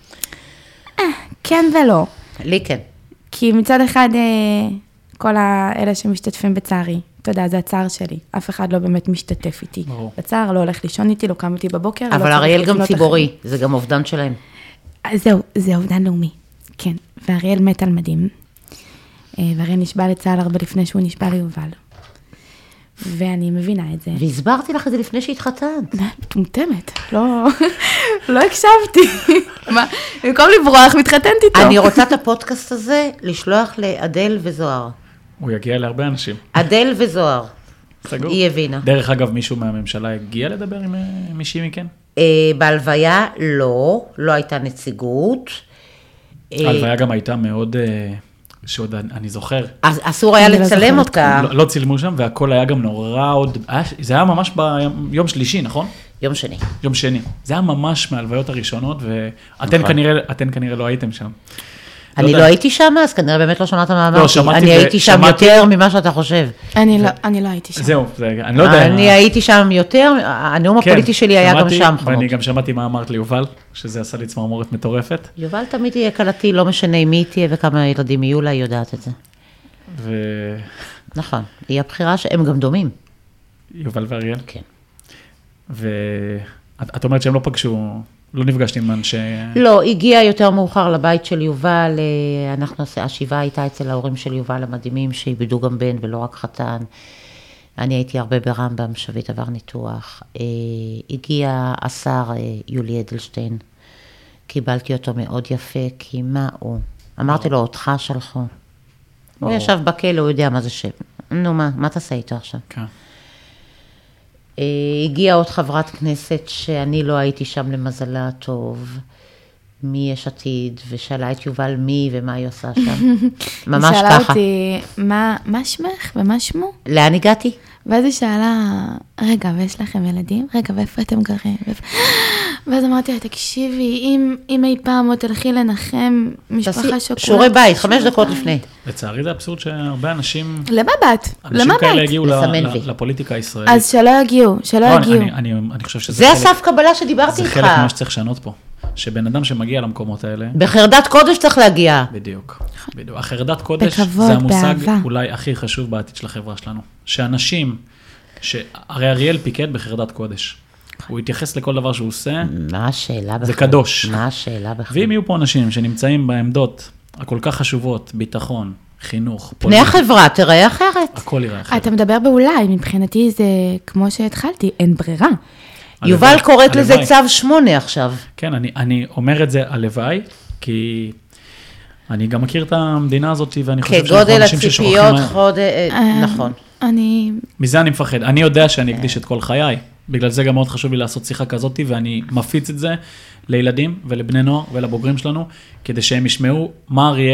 [SPEAKER 1] כן ולא.
[SPEAKER 3] לי כן.
[SPEAKER 1] כי מצד אחד, אה, כל האלה שמשתתפים בצערי, אתה יודע, זה הצער שלי. אף אחד לא באמת משתתף איתי.
[SPEAKER 2] ברור.
[SPEAKER 1] בצער, לא הולך לישון איתי, לא קם איתי בבוקר. לא
[SPEAKER 3] אבל
[SPEAKER 1] צריך
[SPEAKER 3] אריאל גם
[SPEAKER 1] לפנות
[SPEAKER 3] ציבורי, זה גם אובדן שלהם.
[SPEAKER 1] אחרי. זהו, זה אובדן לאומי. כן, ואריאל מת על מדים. אה, ואריאל נשבע לצה"ל הרבה לפני שהוא נשבע ליובל. ואני מבינה את זה.
[SPEAKER 3] והסברתי לך את זה לפני שהתחתנת.
[SPEAKER 1] מטומטמת, לא, לא הקשבתי. מה, במקום לברוח, מתחתנת איתו.
[SPEAKER 3] אני רוצה את הפודקאסט הזה לשלוח לאדל וזוהר.
[SPEAKER 2] הוא יגיע להרבה אנשים.
[SPEAKER 3] אדל וזוהר.
[SPEAKER 2] סגור.
[SPEAKER 3] היא הבינה.
[SPEAKER 2] דרך אגב, מישהו מהממשלה הגיע לדבר עם אה, מישהי מכן?
[SPEAKER 3] אה, בהלוויה לא, לא הייתה נציגות. אה,
[SPEAKER 2] ההלוויה גם הייתה מאוד, אה, שעוד אני אני זוכר,
[SPEAKER 3] אז אסור היה
[SPEAKER 1] אני לא
[SPEAKER 3] לצלם
[SPEAKER 1] זוכרת.
[SPEAKER 3] אותה.
[SPEAKER 2] לא, לא צילמו שם, והכל היה גם נורא עוד, היה, זה היה ממש ביום שלישי, נכון?
[SPEAKER 3] יום שני.
[SPEAKER 2] יום שני. זה היה ממש מההלוויות הראשונות, ואתן
[SPEAKER 3] נכון.
[SPEAKER 2] כנראה, אתן כנראה לא הייתם שם.
[SPEAKER 3] אני
[SPEAKER 2] יודע.
[SPEAKER 3] לא הייתי שם, אז כנראה באמת לא שמעת מה אמרתי.
[SPEAKER 2] שמעתי
[SPEAKER 3] אני
[SPEAKER 2] ו-
[SPEAKER 3] הייתי שם
[SPEAKER 2] שמעתי-
[SPEAKER 3] יותר ממה שאתה חושב.
[SPEAKER 1] אני לא, אני לא הייתי שם.
[SPEAKER 2] זהו, זה, אני לא יודע.
[SPEAKER 3] אני הייתי שם יותר, הנאום
[SPEAKER 2] כן,
[SPEAKER 3] הפוליטי שלי היה גם
[SPEAKER 2] שמעתי,
[SPEAKER 3] שם, חמוד.
[SPEAKER 2] ואני גם שמעתי מה אמרת ליובל, שזה עשה לי צמרמורת מטורפת,
[SPEAKER 3] יובל תמיד תהיה קלתי, לא משנה עם מי תהיה וכמה ילדים יהיו לה, היא יודעת את זה. נכון, היא הבחירה שהם גם דומים.
[SPEAKER 2] ויובל ואריאל.
[SPEAKER 3] כן.
[SPEAKER 2] ואת את אומרת שהם לא פגשו, לא נפגשתי עם אנשי...
[SPEAKER 3] לא, הגיע יותר מאוחר לבית של יובל, אה, אנחנו, השבעה הייתה אצל ההורים של יובל המדהימים, שאיבדו גם בן ולא רק חתן. אני הייתי הרבה ברמב"ם, שביט עבר ניתוח. אה, הגיע השר אה, יולי אדלשטיין, קיבלתי אותו מאוד יפה, כי מה הוא? אמרתי לו, אותך שלחו. הוא ישב בכלא, הוא יודע מה זה שם. נו מה, מה תעשה איתו עכשיו?
[SPEAKER 2] כן.
[SPEAKER 3] אה, הגיעה עוד חברת כנסת שאני לא הייתי שם למזלה הטוב, מיש עתיד, ושאלה את יובל מי ומה היא עושה שם. ממש
[SPEAKER 1] היא שאלה
[SPEAKER 3] ככה.
[SPEAKER 1] אותי, מה, מה שמך ומה שמו?
[SPEAKER 3] לאן הגעתי?
[SPEAKER 1] ואז היא שאלה, רגע, ויש לכם ילדים? רגע, ואיפה אתם גרים? ואיפה... ואז אמרתי לה, תקשיבי, אם, אם אי פעם עוד תלכי לנחם משפחה
[SPEAKER 3] תעשי
[SPEAKER 1] שכולה...
[SPEAKER 3] שיעורי בית, חמש דקות לפני.
[SPEAKER 2] לצערי זה אבסורד שהרבה אנשים,
[SPEAKER 1] למבט,
[SPEAKER 2] אנשים כאלה
[SPEAKER 1] למבט.
[SPEAKER 2] הגיעו ל-
[SPEAKER 3] לסמן
[SPEAKER 2] ל-
[SPEAKER 3] וי.
[SPEAKER 2] לפוליטיקה הישראלית.
[SPEAKER 1] אז שלא יגיעו, שלא
[SPEAKER 2] לא,
[SPEAKER 1] יגיעו.
[SPEAKER 2] אני, אני, אני חושב שזה
[SPEAKER 3] זה
[SPEAKER 2] חלק,
[SPEAKER 3] הסף קבלה שדיברתי
[SPEAKER 2] זה
[SPEAKER 3] איתך.
[SPEAKER 2] חלק ממה שצריך לשנות פה. שבן אדם שמגיע למקומות האלה,
[SPEAKER 3] בחרדת קודש צריך להגיע.
[SPEAKER 2] בדיוק, בדיוק. החרדת קודש
[SPEAKER 1] בכבוד,
[SPEAKER 2] זה המושג
[SPEAKER 1] באהבה.
[SPEAKER 2] אולי הכי חשוב בעתיד של החברה שלנו. שאנשים, שהרי אריאל פיקד בחרדת קודש. הוא התייחס לכל דבר שהוא עושה,
[SPEAKER 3] מה השאלה בכלל?
[SPEAKER 2] זה קדוש.
[SPEAKER 3] מה השאלה בכלל?
[SPEAKER 2] ואם יהיו פה אנשים שנמצאים בעמדות הכל כך חשובות, ביטחון, חינוך,
[SPEAKER 3] פני החברה תראה אחרת.
[SPEAKER 2] הכל יראה אחרת.
[SPEAKER 1] אתה מדבר באולי, מבחינתי זה כמו שהתחלתי, אין ברירה.
[SPEAKER 3] יובל
[SPEAKER 2] הלוואי,
[SPEAKER 3] קוראת לזה
[SPEAKER 2] הלוואי.
[SPEAKER 3] צו שמונה עכשיו.
[SPEAKER 2] כן, אני, אני אומר את זה הלוואי, כי אני גם מכיר את המדינה הזאת, ואני חושב שאנחנו
[SPEAKER 3] כגודל
[SPEAKER 2] אנשים ששוכחים...
[SPEAKER 3] הציפיות,
[SPEAKER 2] מה-
[SPEAKER 3] חוד... אה, נכון.
[SPEAKER 1] אני...
[SPEAKER 2] מזה אני מפחד. אני יודע שאני אקדיש את כל חיי. בגלל זה גם מאוד חשוב לי לעשות שיחה כזאת, ואני מפיץ את זה לילדים ולבני נוער ולבוגרים שלנו, כדי שהם ישמעו מה אריאל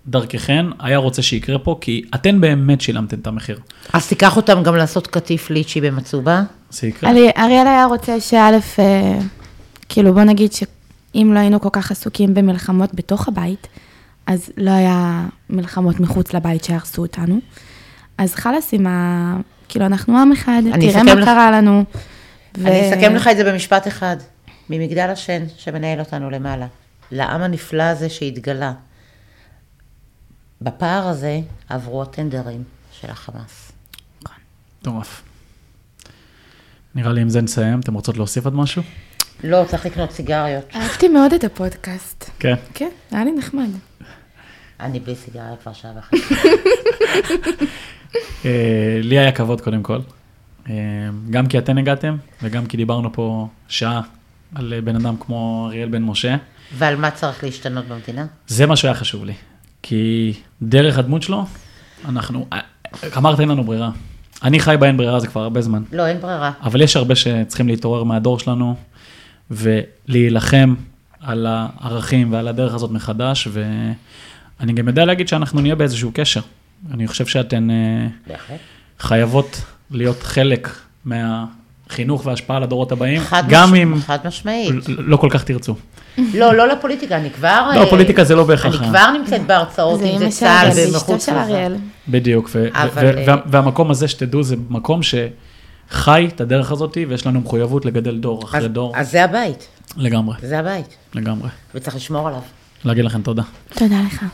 [SPEAKER 2] דרככן היה רוצה שיקרה פה, כי אתן באמת שילמתן את המחיר.
[SPEAKER 3] אז תיקח אותם גם לעשות קטיף ליצ'י במצובה?
[SPEAKER 2] זה יקרה.
[SPEAKER 1] אריאל היה רוצה שא', כאילו בוא נגיד שאם לא היינו כל כך עסוקים במלחמות בתוך הבית, אז לא היה מלחמות מחוץ לבית שהרסו אותנו. אז חלס עם ה... כאילו אנחנו עם אחד, תראה מה לך... קרה לנו.
[SPEAKER 3] ו... אני אסכם לך את זה במשפט אחד, ממגדל השן שמנהל אותנו למעלה. לעם הנפלא הזה שהתגלה. בפער הזה עברו הטנדרים של החמאס.
[SPEAKER 2] טוב. נראה לי אם זה נסיים, אתם רוצות להוסיף עוד משהו?
[SPEAKER 3] לא, צריך לקנות סיגריות.
[SPEAKER 1] אהבתי מאוד את הפודקאסט.
[SPEAKER 2] כן.
[SPEAKER 1] כן, היה לי נחמד.
[SPEAKER 3] אני בלי סיגריה כבר שעה וחצי.
[SPEAKER 2] לי היה כבוד קודם כל. גם כי אתן הגעתם, וגם כי דיברנו פה שעה על בן אדם כמו אריאל בן משה.
[SPEAKER 3] ועל מה צריך להשתנות במדינה?
[SPEAKER 2] זה מה שהיה חשוב לי. כי דרך הדמות שלו, אנחנו, אמרת אין לנו ברירה. אני חי באין ברירה, זה כבר הרבה זמן.
[SPEAKER 3] לא, אין ברירה.
[SPEAKER 2] אבל יש הרבה שצריכים להתעורר מהדור שלנו, ולהילחם על הערכים ועל הדרך הזאת מחדש, ואני גם יודע להגיד שאנחנו נהיה באיזשהו קשר. אני חושב שאתן
[SPEAKER 3] בהחלט.
[SPEAKER 2] חייבות להיות חלק מהחינוך וההשפעה לדורות הבאים,
[SPEAKER 3] חד
[SPEAKER 2] גם
[SPEAKER 3] מש...
[SPEAKER 2] אם
[SPEAKER 3] חד משמעית.
[SPEAKER 2] לא כל כך תרצו.
[SPEAKER 3] לא, לא לפוליטיקה, אני כבר...
[SPEAKER 2] לא, פוליטיקה זה לא בהכרח.
[SPEAKER 3] אני כבר נמצאת בהרצאות, אם זה צהל ומחוץ לזה.
[SPEAKER 2] בדיוק, והמקום הזה שתדעו, זה מקום שחי את הדרך הזאת, ויש לנו מחויבות לגדל דור אחרי דור.
[SPEAKER 3] אז זה הבית.
[SPEAKER 2] לגמרי.
[SPEAKER 3] זה הבית.
[SPEAKER 2] לגמרי.
[SPEAKER 3] וצריך לשמור עליו.
[SPEAKER 2] להגיד לכם תודה.
[SPEAKER 1] תודה לך.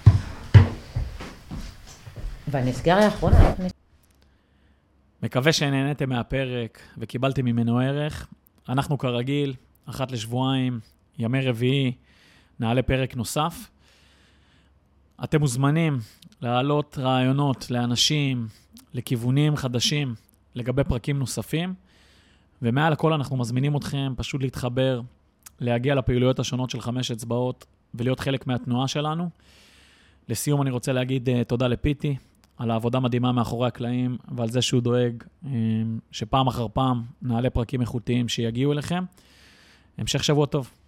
[SPEAKER 3] והנסגר האחרונה.
[SPEAKER 2] מקווה שנהניתם מהפרק וקיבלתם ממנו ערך. אנחנו כרגיל, אחת לשבועיים, ימי רביעי, נעלה פרק נוסף. אתם מוזמנים להעלות רעיונות לאנשים, לכיוונים חדשים, לגבי פרקים נוספים, ומעל הכל אנחנו מזמינים אתכם פשוט להתחבר, להגיע לפעילויות השונות של חמש אצבעות, ולהיות חלק מהתנועה שלנו. לסיום אני רוצה להגיד תודה לפיטי, על העבודה מדהימה מאחורי הקלעים, ועל זה שהוא דואג שפעם אחר פעם נעלה פרקים איכותיים שיגיעו אליכם. המשך שבוע טוב.